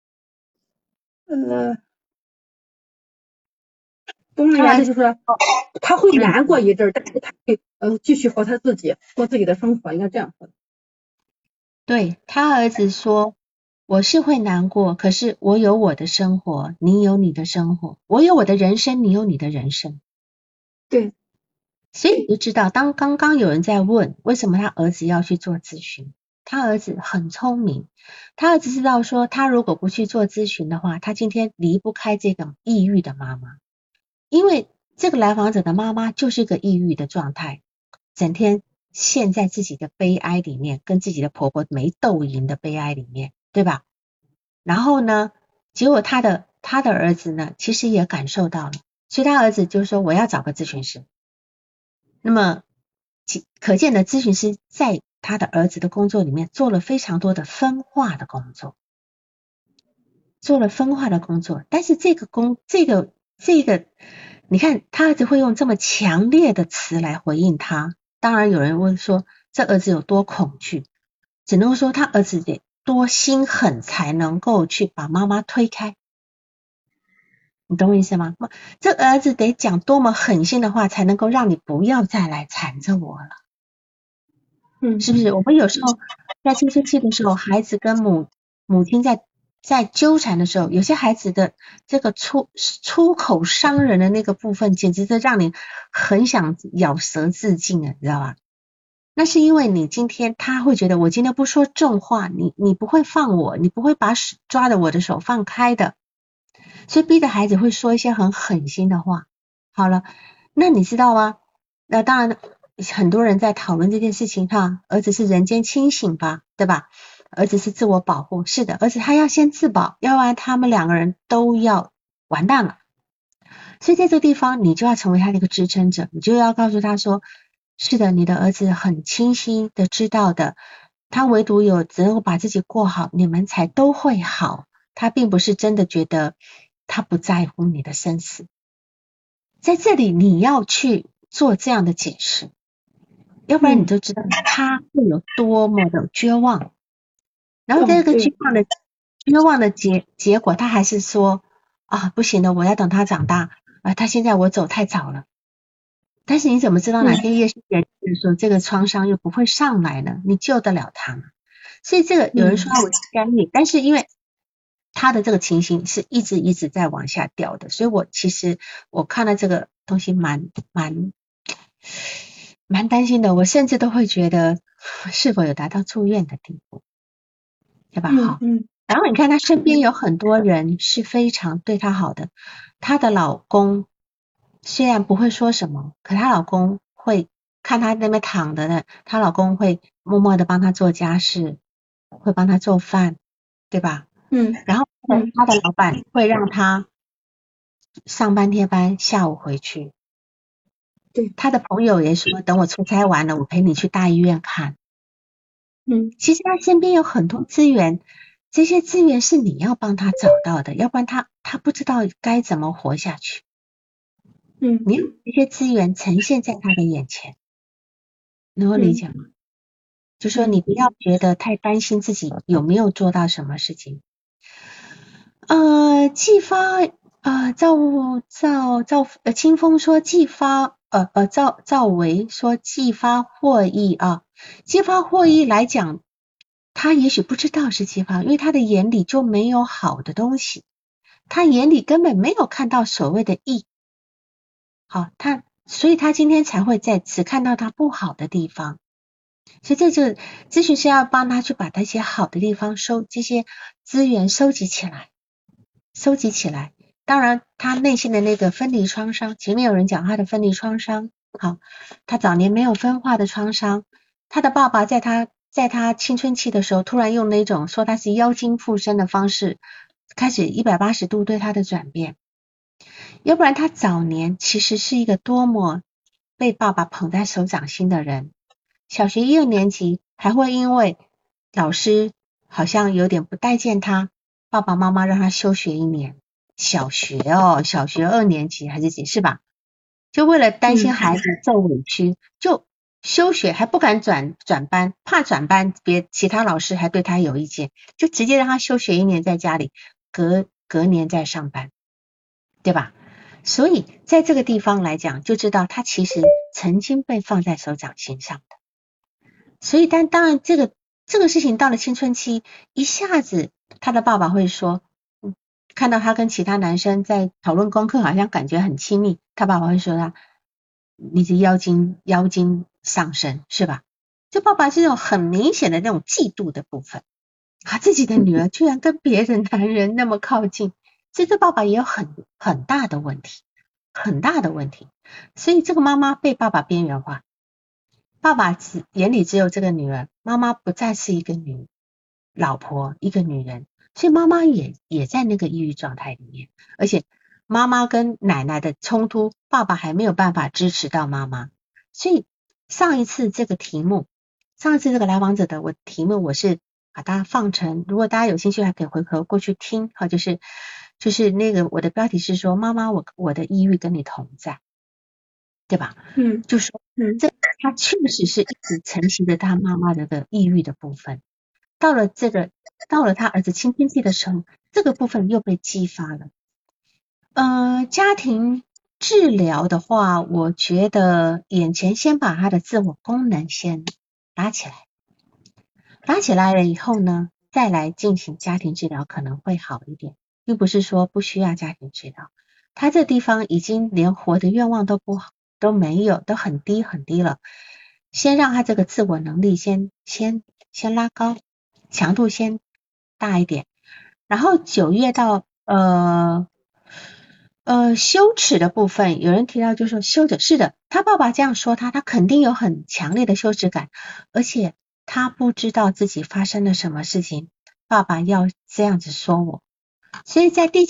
总而言之就是说，他会难过一阵，但是他会继续活他自己，过自己的生活，应该这样说。 对，他儿子说，我是会难过，可是我有我的生活，你有你的生活，我有我的人生，你有你的人生。 对， 所以你就知道，当刚刚有人在问为什么他儿子要去做咨询，他儿子很聪明，他儿子知道说，他如果不去做咨询的话，他今天离不开这个抑郁的妈妈，因为这个来访者的妈妈就是一个抑郁的状态，整天陷在自己的悲哀里面，跟自己的婆婆没斗赢的悲哀里面，对吧？然后呢，结果他的儿子呢，其实也感受到了，所以他儿子就说我要找个咨询师。那么可见的咨询师在他的儿子的工作里面做了非常多的分化的工作，但是这个这个你看他儿子会用这么强烈的词来回应他，当然有人问说这儿子有多恐惧，只能说他儿子得多心狠才能够去把妈妈推开，你懂我意思吗？这儿子得讲多么狠心的话才能够让你不要再来缠着我了，是不是？我们有时候在青春期的时候，孩子跟母亲在纠缠的时候，有些孩子的这个出口伤人的那个部分，简直是让你很想咬舌自尽啊，你知道吧？那是因为你今天他会觉得我今天不说重话，你不会放我，你不会把抓着我的手放开的，所以逼着孩子会说一些很狠心的话。好了，那你知道吗？那当然很多人在讨论这件事情哈，儿子是人间清醒吧，对吧？儿子是自我保护，是的，儿子他要先自保，要不然他们两个人都要完蛋了。所以在这个地方你就要成为他的一个支撑者，你就要告诉他说，是的，你的儿子很清晰的知道的，他唯独有只有把自己过好，你们才都会好，他并不是真的觉得他不在乎你的生死。在这里你要去做这样的解释，要不然你就知道他会有多么的绝望。然后这个绝望的结果，他还是说啊，不行的，我要等他长大啊，他现在我走太早了。但是你怎么知道哪天夜深人静的时候，这个创伤又不会上来呢？你救得了他吗？所以这个有人说我干预，但是因为他的这个情形是一直在往下掉的，所以其实我看到这个东西蛮担心的，我甚至都会觉得是否有达到住院的地步，对吧？好，然后你看她身边有很多人是非常对她好的，她的老公虽然不会说什么，可她老公会看她那边躺着的，她老公会默默的帮她做家事，会帮她做饭，对吧？然后她的老板会让她上半天班，下午回去。 对， 她的朋友也说，等我出差完了，我陪你去大医院看。其实他身边有很多资源，这些资源是你要帮他找到的，要不然他不知道该怎么活下去。你有这些资源呈现在他的眼前，能够理解吗？就说你不要觉得太担心自己有没有做到什么事情。清风说赵维说既发获益啊，既发获益来讲，他也许不知道是既发，因为他的眼里就没有好的东西，他眼里根本没有看到所谓的益。好，所以他今天才会只看到他不好的地方。所以这就咨询师要帮他去把那些好的地方这些资源收集起来。当然他内心的那个分离创伤，前面有人讲他的分离创伤，好，他早年没有分化的创伤，他的爸爸在他青春期的时候突然用那种说他是妖精附身的方式开始180度对他的转变，要不然他早年其实是一个多么被爸爸捧在手掌心的人，小学1、2年级还会因为老师好像有点不待见他，爸爸妈妈让他休学1年，小学2年级还是几是吧？就为了担心孩子受委屈，就休学，还不敢转班，怕转班其他老师还对他有意见，就直接让他休学1年，在家里隔年再上班，对吧？所以在这个地方来讲，就知道他其实曾经被放在手掌心上的。所以当然这个事情到了青春期，一下子他的爸爸会说，看到他跟其他男生在讨论功课，好像感觉很亲密，他爸爸会说你是妖精上身是吧？就爸爸是这种很明显的那种嫉妒的部分，自己的女儿居然跟别的男人那么靠近，所以这爸爸也有很大的问题，所以这个妈妈被爸爸边缘化，爸爸眼里只有这个女儿，妈妈不再是一个老婆，一个女人，所以妈妈也在那个抑郁状态里面，而且妈妈跟奶奶的冲突，爸爸还没有办法支持到妈妈，所以上一次这个来访者的题目我是把它放成，如果大家有兴趣还可以回头过去听，就是就是那个我的标题是说妈妈我的抑郁跟你同在，对吧？就说他确实是一直承袭着他妈妈的抑郁的部分，到了他儿子青春期的时候，这个部分又被激发了。家庭治疗的话，我觉得眼前先把他的自我功能先拉起来，拉起来了以后呢，再来进行家庭治疗可能会好一点，并不是说不需要家庭治疗。他这地方已经连活的愿望都没有，都很低很低了，先让他这个自我能力先拉高，强度先大一点，然后9月到羞耻的部分，有人提到就说羞耻，是的，他爸爸这样说他肯定有很强烈的羞耻感，而且他不知道自己发生了什么事情，爸爸要这样子说我。所以在第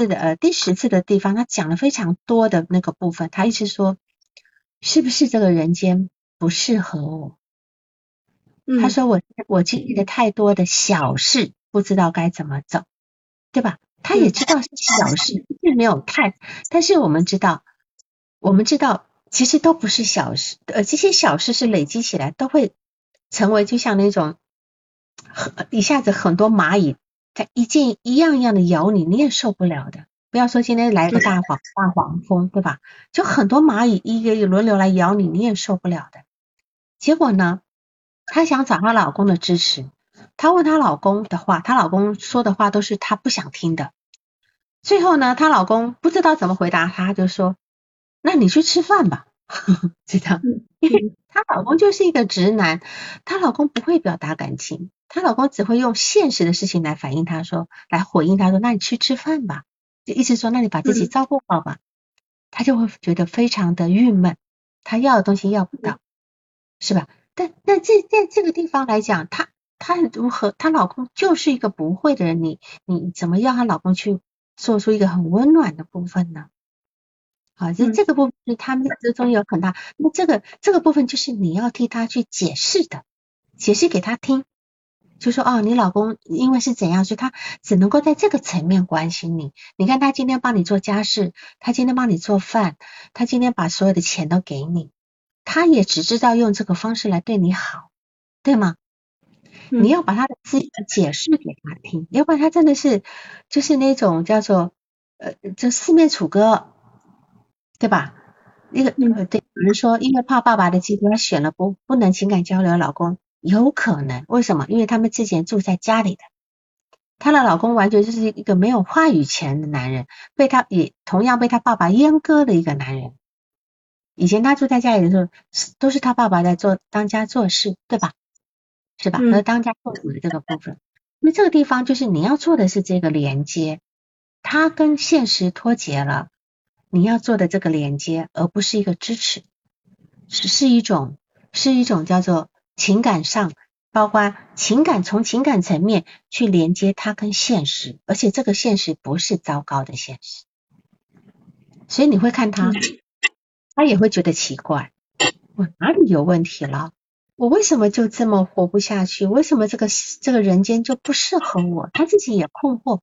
10次的地方，他讲了非常多的那个部分，他一直说是不是这个人间不适合我？他说我经历了太多的小事，不知道该怎么走，对吧？他也知道是小事，并没有太，但是我们知道其实都不是小事，这些小事是累积起来都会成为就像那种一下子很多蚂蚁，它一样一样的咬你，你也受不了的。不要说今天来个大黄蜂，对吧？就很多蚂蚁一个轮流来咬你，你也受不了的。结果呢，她想找她老公的支持，她问她老公的话，她老公说的话都是她不想听的。最后呢，她老公不知道怎么回答她，就说：“那你去吃饭吧。”知道？因为她老公就是一个直男，她老公不会表达感情，她老公只会用现实的事情来回应她说：“那你去吃饭吧。”就意思说，那你把自己照顾好吧。她就会觉得非常的郁闷，她要的东西要不到，是吧？但在这个地方来讲，她如何？她老公就是一个不会的人，你怎么要她老公去做出一个很温暖的部分呢？好，这个部分是他们之中有很大，那这个部分就是你要替他去解释的，解释给他听，就说哦，你老公因为是怎样，所以他只能够在这个层面关心你。你看他今天帮你做家事，他今天帮你做饭，他今天把所有的钱都给你，他也只知道用这个方式来对你好，对吗？你要把他的资源解释给他听，要不然他真的是就是那种叫做就四面楚歌，对吧？那个对，有人说因为怕爸爸的嫉妒，他选了不能情感交流的老公，有可能，为什么？因为他们之前住在家里的，她的老公完全就是一个没有话语权的男人，也同样被他爸爸阉割的一个男人。以前他住在家里的时候，都是他爸爸在当家做事，对吧？是吧？当家做主的这个部分，那这个地方就是你要做的是这个连接，他跟现实脱节了，你要做的这个连接，而不是一个支持，是一种叫做情感上，包括从情感层面去连接他跟现实，而且这个现实不是糟糕的现实，所以你会看他也会觉得奇怪，我哪里有问题了？我为什么就这么活不下去？为什么这个人间就不适合我？他自己也困惑，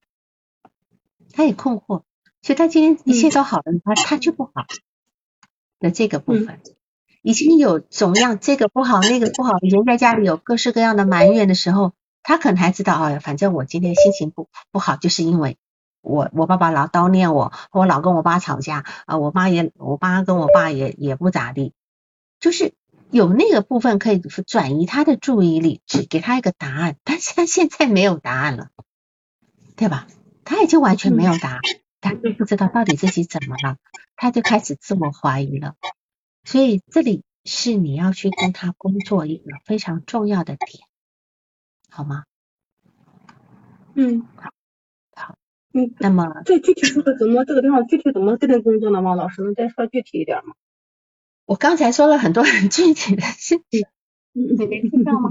所以他今天一切都好了，他就不好的这个部分，已经有总样这个不好那个不好，以前在家里有各式各样的埋怨的时候，他可能还知道反正我今天心情不好，就是因为我爸爸老叨念我老跟我爸吵架我妈跟我爸也不咋地，就是有那个部分可以转移他的注意力，只给他一个答案，但是他现在没有答案了，对吧？他已经完全没有答案，他不知道到底自己怎么了，他就开始自我怀疑了。所以这里是你要去跟他工作一个非常重要的点，好吗？好。那么这具体说的这个地方具体怎么跟他工作呢？王老师能再说具体一点吗？ 我刚才说了很多很具体的事情，你没听到吗？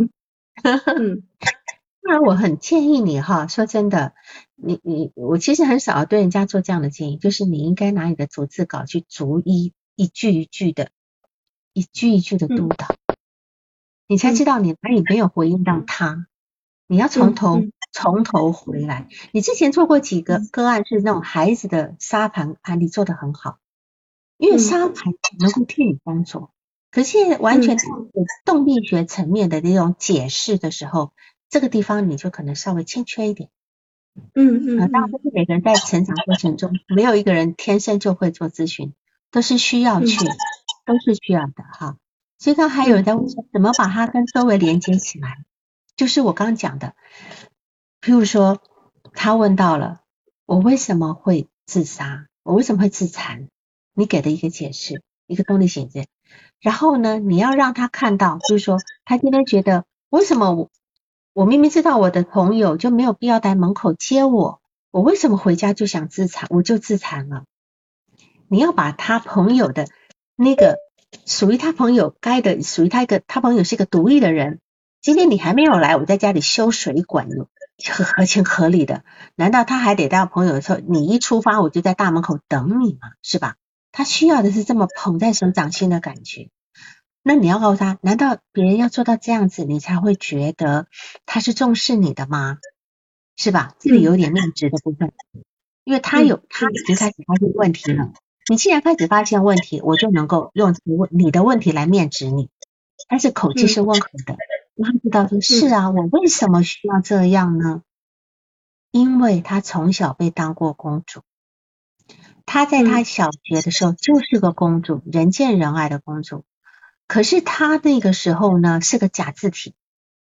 当然我很建议你说真的，我其实很少对人家做这样的建议，就是你应该拿你的逐字稿去逐一句一句的督导，你才知道你哪里没有回应到他，你要从头从头回来。你之前做过几个个案是那种孩子的沙盘案例做得很好，因为沙盘能够替你工作，可是完全动力学层面的那种解释的时候，这个地方你就可能稍微欠缺一点。当然不是每个人在成长过程中，没有一个人天生就会做咨询，都是需要去，都是需要的哈。所以刚还有人在问说，怎么把它跟周围连接起来？就是我刚刚讲的，譬如说他问到了我为什么会自杀，我为什么会自残，你给的一个解释，一个动力选择。然后呢，你要让他看到，就是说他今天觉得为什么我明明知道我的朋友就没有必要在门口接我为什么回家就想自残，我就自残了。你要把他朋友的那个属于他朋友该的，属于他朋友是一个独立的人，今天你还没有来，我在家里修水管，合情合理的。难道他还得到朋友的时候，你一出发我就在大门口等你吗？是吧？他需要的是这么捧在手掌心的感觉。那你要告诉他，难道别人要做到这样子，你才会觉得他是重视你的吗？是吧？这里有点面值的部分，因为他已经开始发现问题了。你既然开始发现问题，我就能够用你的问题来面值你，但是口气是温和的，让他知道说是啊，我为什么需要这样呢？因为他从小被当过公主，他在他小学的时候就是个公主，人见人爱的公主。可是他那个时候呢是个假字体，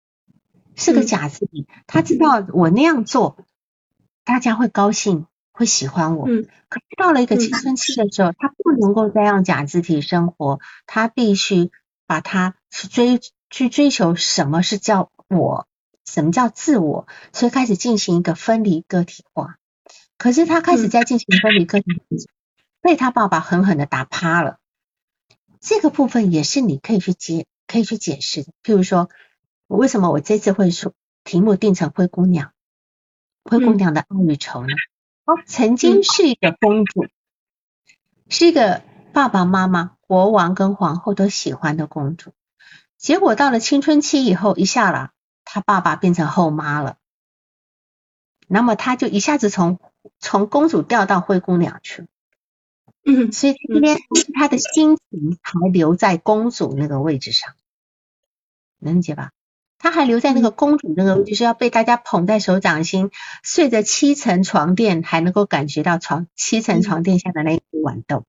他知道我那样做大家会高兴会喜欢我，可是到了一个青春期的时候，他不能够再用假字体生活，他必须把它去追求什么是叫我，什么叫自我，所以开始进行一个分离个体化。可是他开始在进行分离个体化，被他爸爸狠狠的打趴了。这个部分也是你可以去解释的。譬如说，为什么我这次会说题目定成灰姑娘的爱与愁呢？曾经是一个公主，是一个爸爸妈妈、国王跟皇后都喜欢的公主。结果到了青春期以后，一下了，她爸爸变成后妈了，那么她就一下子从公主调到灰姑娘去了。所以今天他的心情还留在公主那个位置上，能理解吧？他还留在那个公主那个位置，就是要被大家捧在手掌心，睡着7层床垫，还能够感觉到7层床垫下的那一颗豌豆。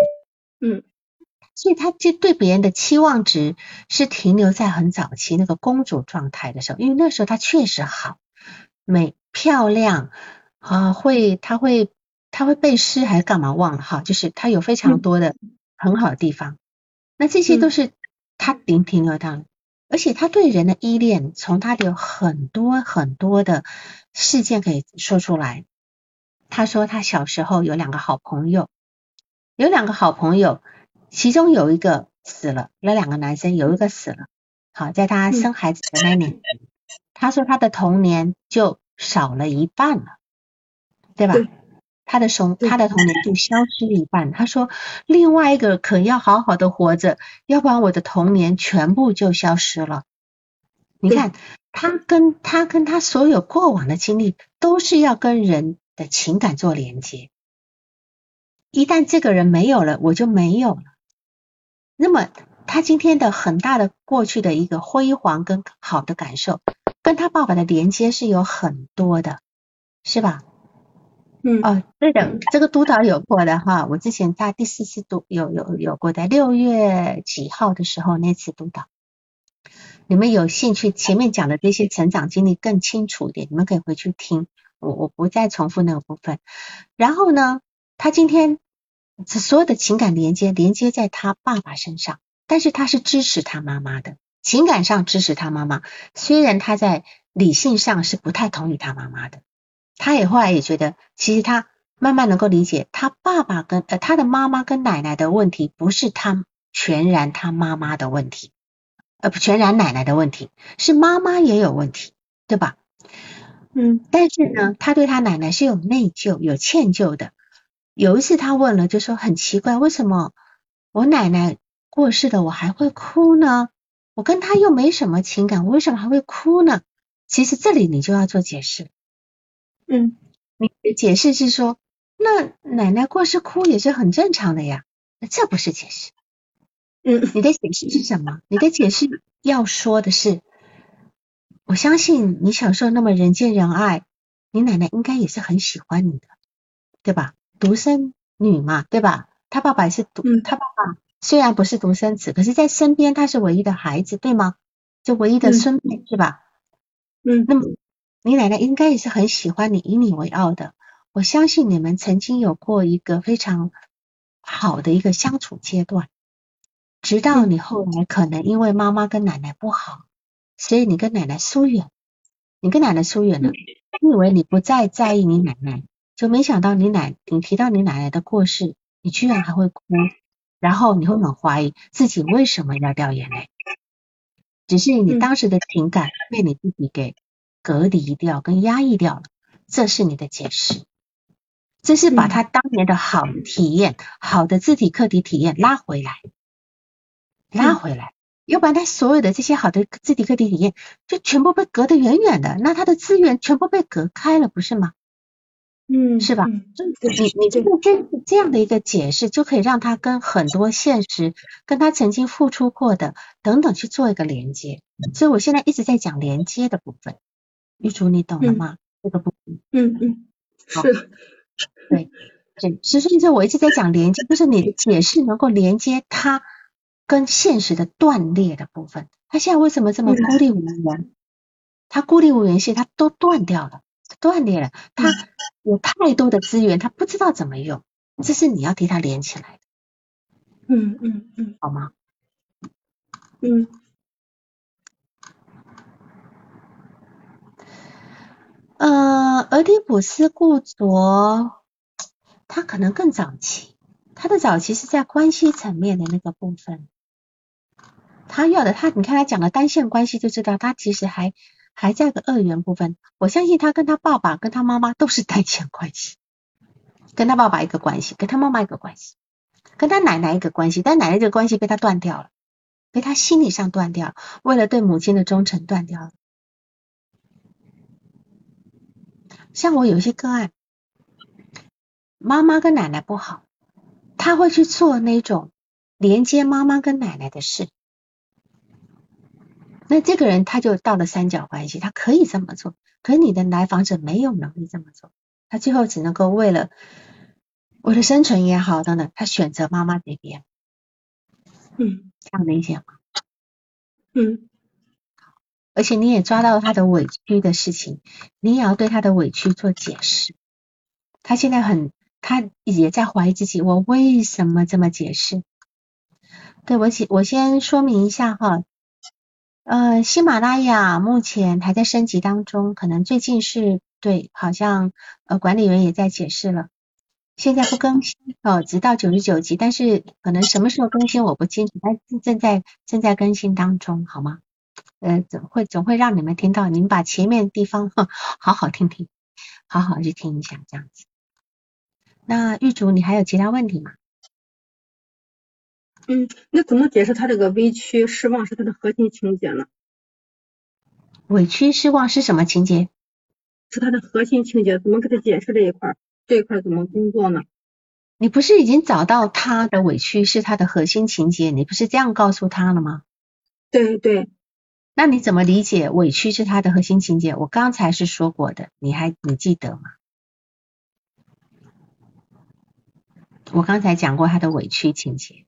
所以他就对别人的期望值是停留在很早期那个公主状态的时候，因为那时候他确实好美漂亮他会背诗还是干嘛忘了哈，就是他有非常多的很好的地方，那这些都是他停留到的。而且他对人的依恋，从他的有很多很多的事件可以说出来。他说他小时候有2个好朋友，其中有一个死了，有2个男生，有一个死了。好，在他生孩子的那年，他说他的童年就少了一半了，对吧？他的童年就消失一半。他说另外一个可要好好的活着，要不然我的童年全部就消失了。你看他跟他所有过往的经历都是要跟人的情感做连接，一旦这个人没有了，我就没有了。那么他今天的很大的过去的一个辉煌跟好的感受，跟他爸爸的连接是有很多的，是吧？对的，这个督导有过的哈，我之前在第4次有过的6月几号的时候那次督导，你们有兴趣前面讲的这些成长经历更清楚一点，你们可以回去听，我不再重复那个部分。然后呢，他今天所有的情感连接在他爸爸身上，但是他是支持他妈妈的，情感上支持他妈妈，虽然他在理性上是不太同意他妈妈的。他也后来也觉得，其实他慢慢能够理解，他爸爸跟他的妈妈跟奶奶的问题，不是全然他妈妈的问题，不全然奶奶的问题，是妈妈也有问题，对吧？但是呢，他对他奶奶是有内疚、有歉疚的。有一次他问了，就说很奇怪，为什么我奶奶过世了，我还会哭呢？我跟他又没什么情感，我为什么还会哭呢？ 其实这里你就要做解释。你的解释是说，那奶奶过世哭也是很正常的呀，那这不是解释。你的解释是什么？你的解释要说的是，我相信你小时候那么人见人爱，你奶奶应该也是很喜欢你的，对吧？独生女嘛，对吧？他爸爸也是他爸爸虽然不是独生子，可是在身边他是唯一的孩子，对吗？就唯一的孙辈，是吧？那么你奶奶应该也是很喜欢你，以你为傲的。我相信你们曾经有过一个非常好的一个相处阶段，直到你后来可能因为妈妈跟奶奶不好，所以你跟奶奶疏远，你跟奶奶疏远了，你以为你不再在意你奶奶，就没想到你提到你奶奶的过世，你居然还会哭，然后你会很怀疑自己为什么要掉眼泪，只是你当时的情感被你自己给隔离掉跟压抑掉了，这是你的解释，这是把他当年的好体验、好的自体课题体验拉回来，要不然他所有的这些好的自体课题体验就全部被隔得远远的，那他的资源全部被隔开了，不是吗？是吧？你这样的一个解释，就可以让他跟很多现实，跟他曾经付出过的等等去做一个连接。所以我现在一直在讲连接的部分，玉竹你懂了吗？这个部分。 是。 对，所以我一直在讲连接，就是你的解释能够连接他跟现实的断裂的部分。他现在为什么这么孤立无援？他孤立无援是他都断掉了，断裂了，他有太多的资源，他不知道怎么用，这是你要替他连起来的。好吗？俄狄浦斯固着，他可能更早期，他的早期是在关系层面的那个部分。他要的你看他讲的单线关系就知道，他其实还在个二元部分。我相信他跟他爸爸跟他妈妈都是单线关系，跟他爸爸一个关系，跟他妈妈一个关系，跟他奶奶一个关系，但奶奶这个关系被他断掉了，被他心理上断掉了，为了对母亲的忠诚断掉了。像我有些个案，妈妈跟奶奶不好，他会去做那种连接妈妈跟奶奶的事，那这个人他就到了三角关系，他可以这么做，可是你的来访者没有能力这么做，他最后只能够为了生存也好等等，他选择妈妈这边。这样理解吗？而且你也抓到他的委屈的事情，你也要对他的委屈做解释。他现在他也在怀疑自己，我为什么这么解释？对，我先说明一下哈，喜马拉雅目前还在升级当中，可能最近是对，好像管理员也在解释了，现在不更新直到99集，但是可能什么时候更新我不清楚，但正在更新当中，好吗？总会让你们听到，你们把前面地方好好听听，好好去听一下这样子。那玉竹，你还有其他问题吗？ 那怎么解释他这个委屈失望是他的核心情节呢？ 委屈失望是什么情节？ 是他的核心情节，怎么给他解释这一块怎么工作呢？ 你不是已经找到他的委屈是他的核心情节，你不是这样告诉他了吗？ 对。 那你怎么理解委屈是他的核心情节？我刚才是说过的，你记得吗？我刚才讲过他的委屈情节。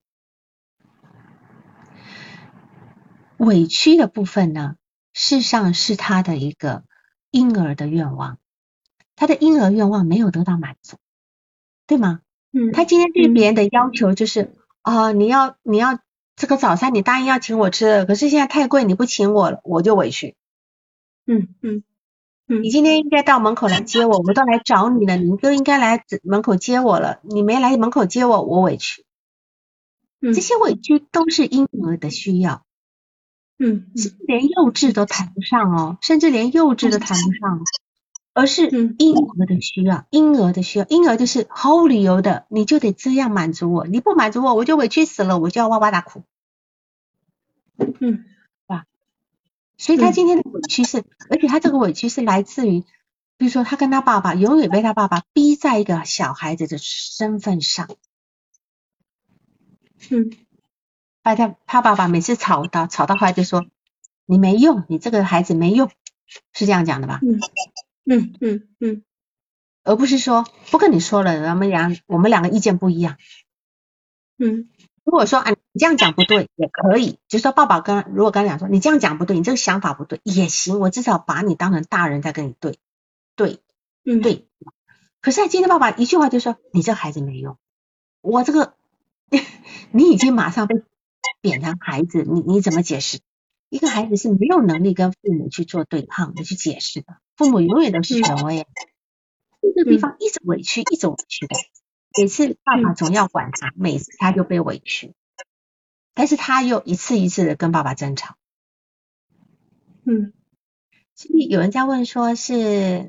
委屈的部分呢，事实上是他的一个婴儿的愿望，他的婴儿愿望没有得到满足，对吗？他今天对别人的要求就是你要这个早餐你答应要请我吃，可是现在太贵你不请我了，我就委屈。你今天应该到门口来接我，我都来找你了，你就应该来门口接我了，你没来门口接我，我委屈。这些委屈都是婴儿的需要。连幼稚都谈不上哦，甚至连幼稚都谈不上，而是婴儿的需要，婴儿就是毫无理由的，你就得这样满足我，你不满足我，我就委屈死了，我就要哇哇大哭。吧？ 所以他今天的委屈是，而且他这个委屈是来自于，比如说他跟他爸爸永远被他爸爸逼在一个小孩子的身份上。他爸爸每次吵到后来就说你没用，你这个孩子没用，是这样讲的吧？而不是说不跟你说了，我们两个意见不一样。如果说你这样讲不对也可以，就是说爸爸如果跟他讲说你这样讲不对，你这个想法不对也行，我至少把你当成大人在跟你对。可是今天爸爸一句话就说你这个孩子没用，我这个你已经马上被贬成孩子，你怎么解释？一个孩子是没有能力跟父母去做对抗的，去解释的，父母永远都是权威。这个地方一直委屈的，每次爸爸总要管他，每次他就被委屈，但是他又一次一次的跟爸爸争吵。所以有人在问说是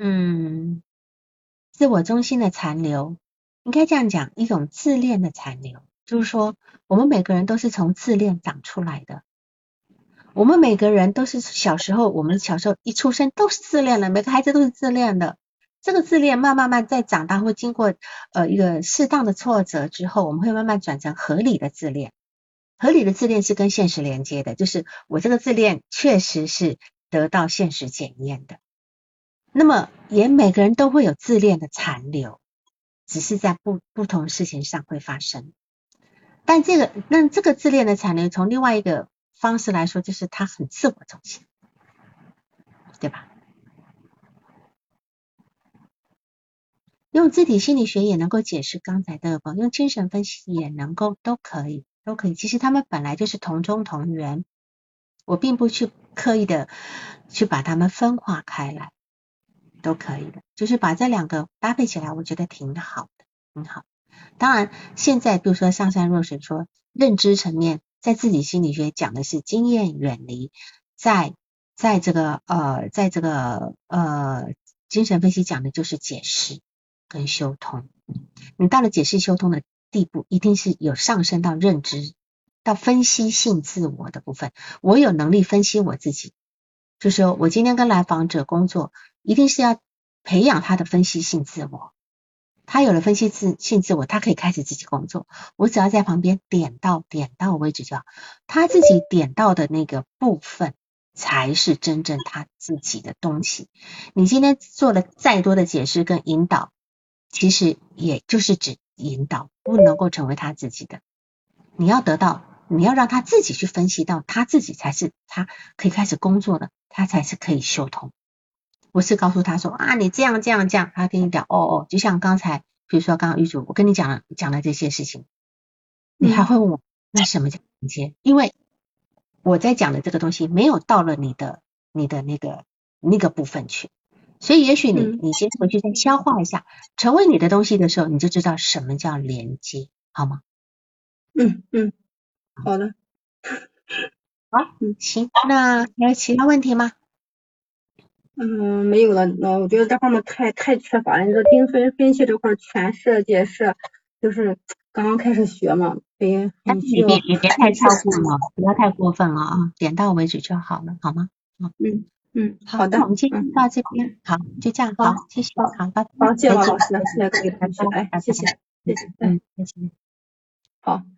自我中心的残留，应该这样讲，一种自恋的残留，就是说我们每个人都是从自恋长出来的，我们每个人都是我们小时候一出生都是自恋的，每个孩子都是自恋的。这个自恋慢慢在长大会经过一个适当的挫折之后，我们会慢慢转成合理的自恋。合理的自恋是跟现实连接的，就是我这个自恋确实是得到现实检验的。那么也每个人都会有自恋的残留，只是在不同事情上会发生。但这个自恋的残留从另外一个方式来说，就是他很自我中心，对吧？用自体心理学也能够解释刚才的，用精神分析也能够，都可以。其实他们本来就是同宗同源，我并不去刻意的去把它们分化开来，都可以的。就是把这两个搭配起来，我觉得挺好的，挺好。当然，现在比如说上善若水说认知层面，在自体心理学讲的是经验远离，在这个精神分析讲的就是解释跟修通。你到了解释修通的地步，一定是有上升到认知，到分析性自我的部分。我有能力分析我自己，就是说我今天跟来访者工作，一定是要培养他的分析性自我。他有了分析性自我，他可以开始自己工作。我只要在旁边点到为止就好。他自己点到的那个部分，才是真正他自己的东西。你今天做了再多的解释跟引导，其实也就是指引导，不能够成为他自己的。你要让他自己去分析到他自己才是他可以开始工作的，他才是可以修通。不是告诉他说你这样，他跟你讲就像刚才，比如说刚刚玉主我跟你讲了这些事情，你还会问我那什么叫连接？因为我在讲的这个东西没有到了你的那个部分去，所以也许你先回去再消化一下，成为你的东西的时候，你就知道什么叫连接，好吗？ 好的。 好，行，那还有其他问题吗？ 没有了。我觉得这方面太缺乏了。你说精神分析这块诠释解释，就是刚刚开始学嘛，所以很需要。 你别太超过了，不要太过分了啊，点到为止就好了，好吗？ 好的。 那我们今天到这边，好，就这样，好，谢谢，好，拜拜。 好，谢谢王老师，谢谢各位同学，谢谢。 再见。 好。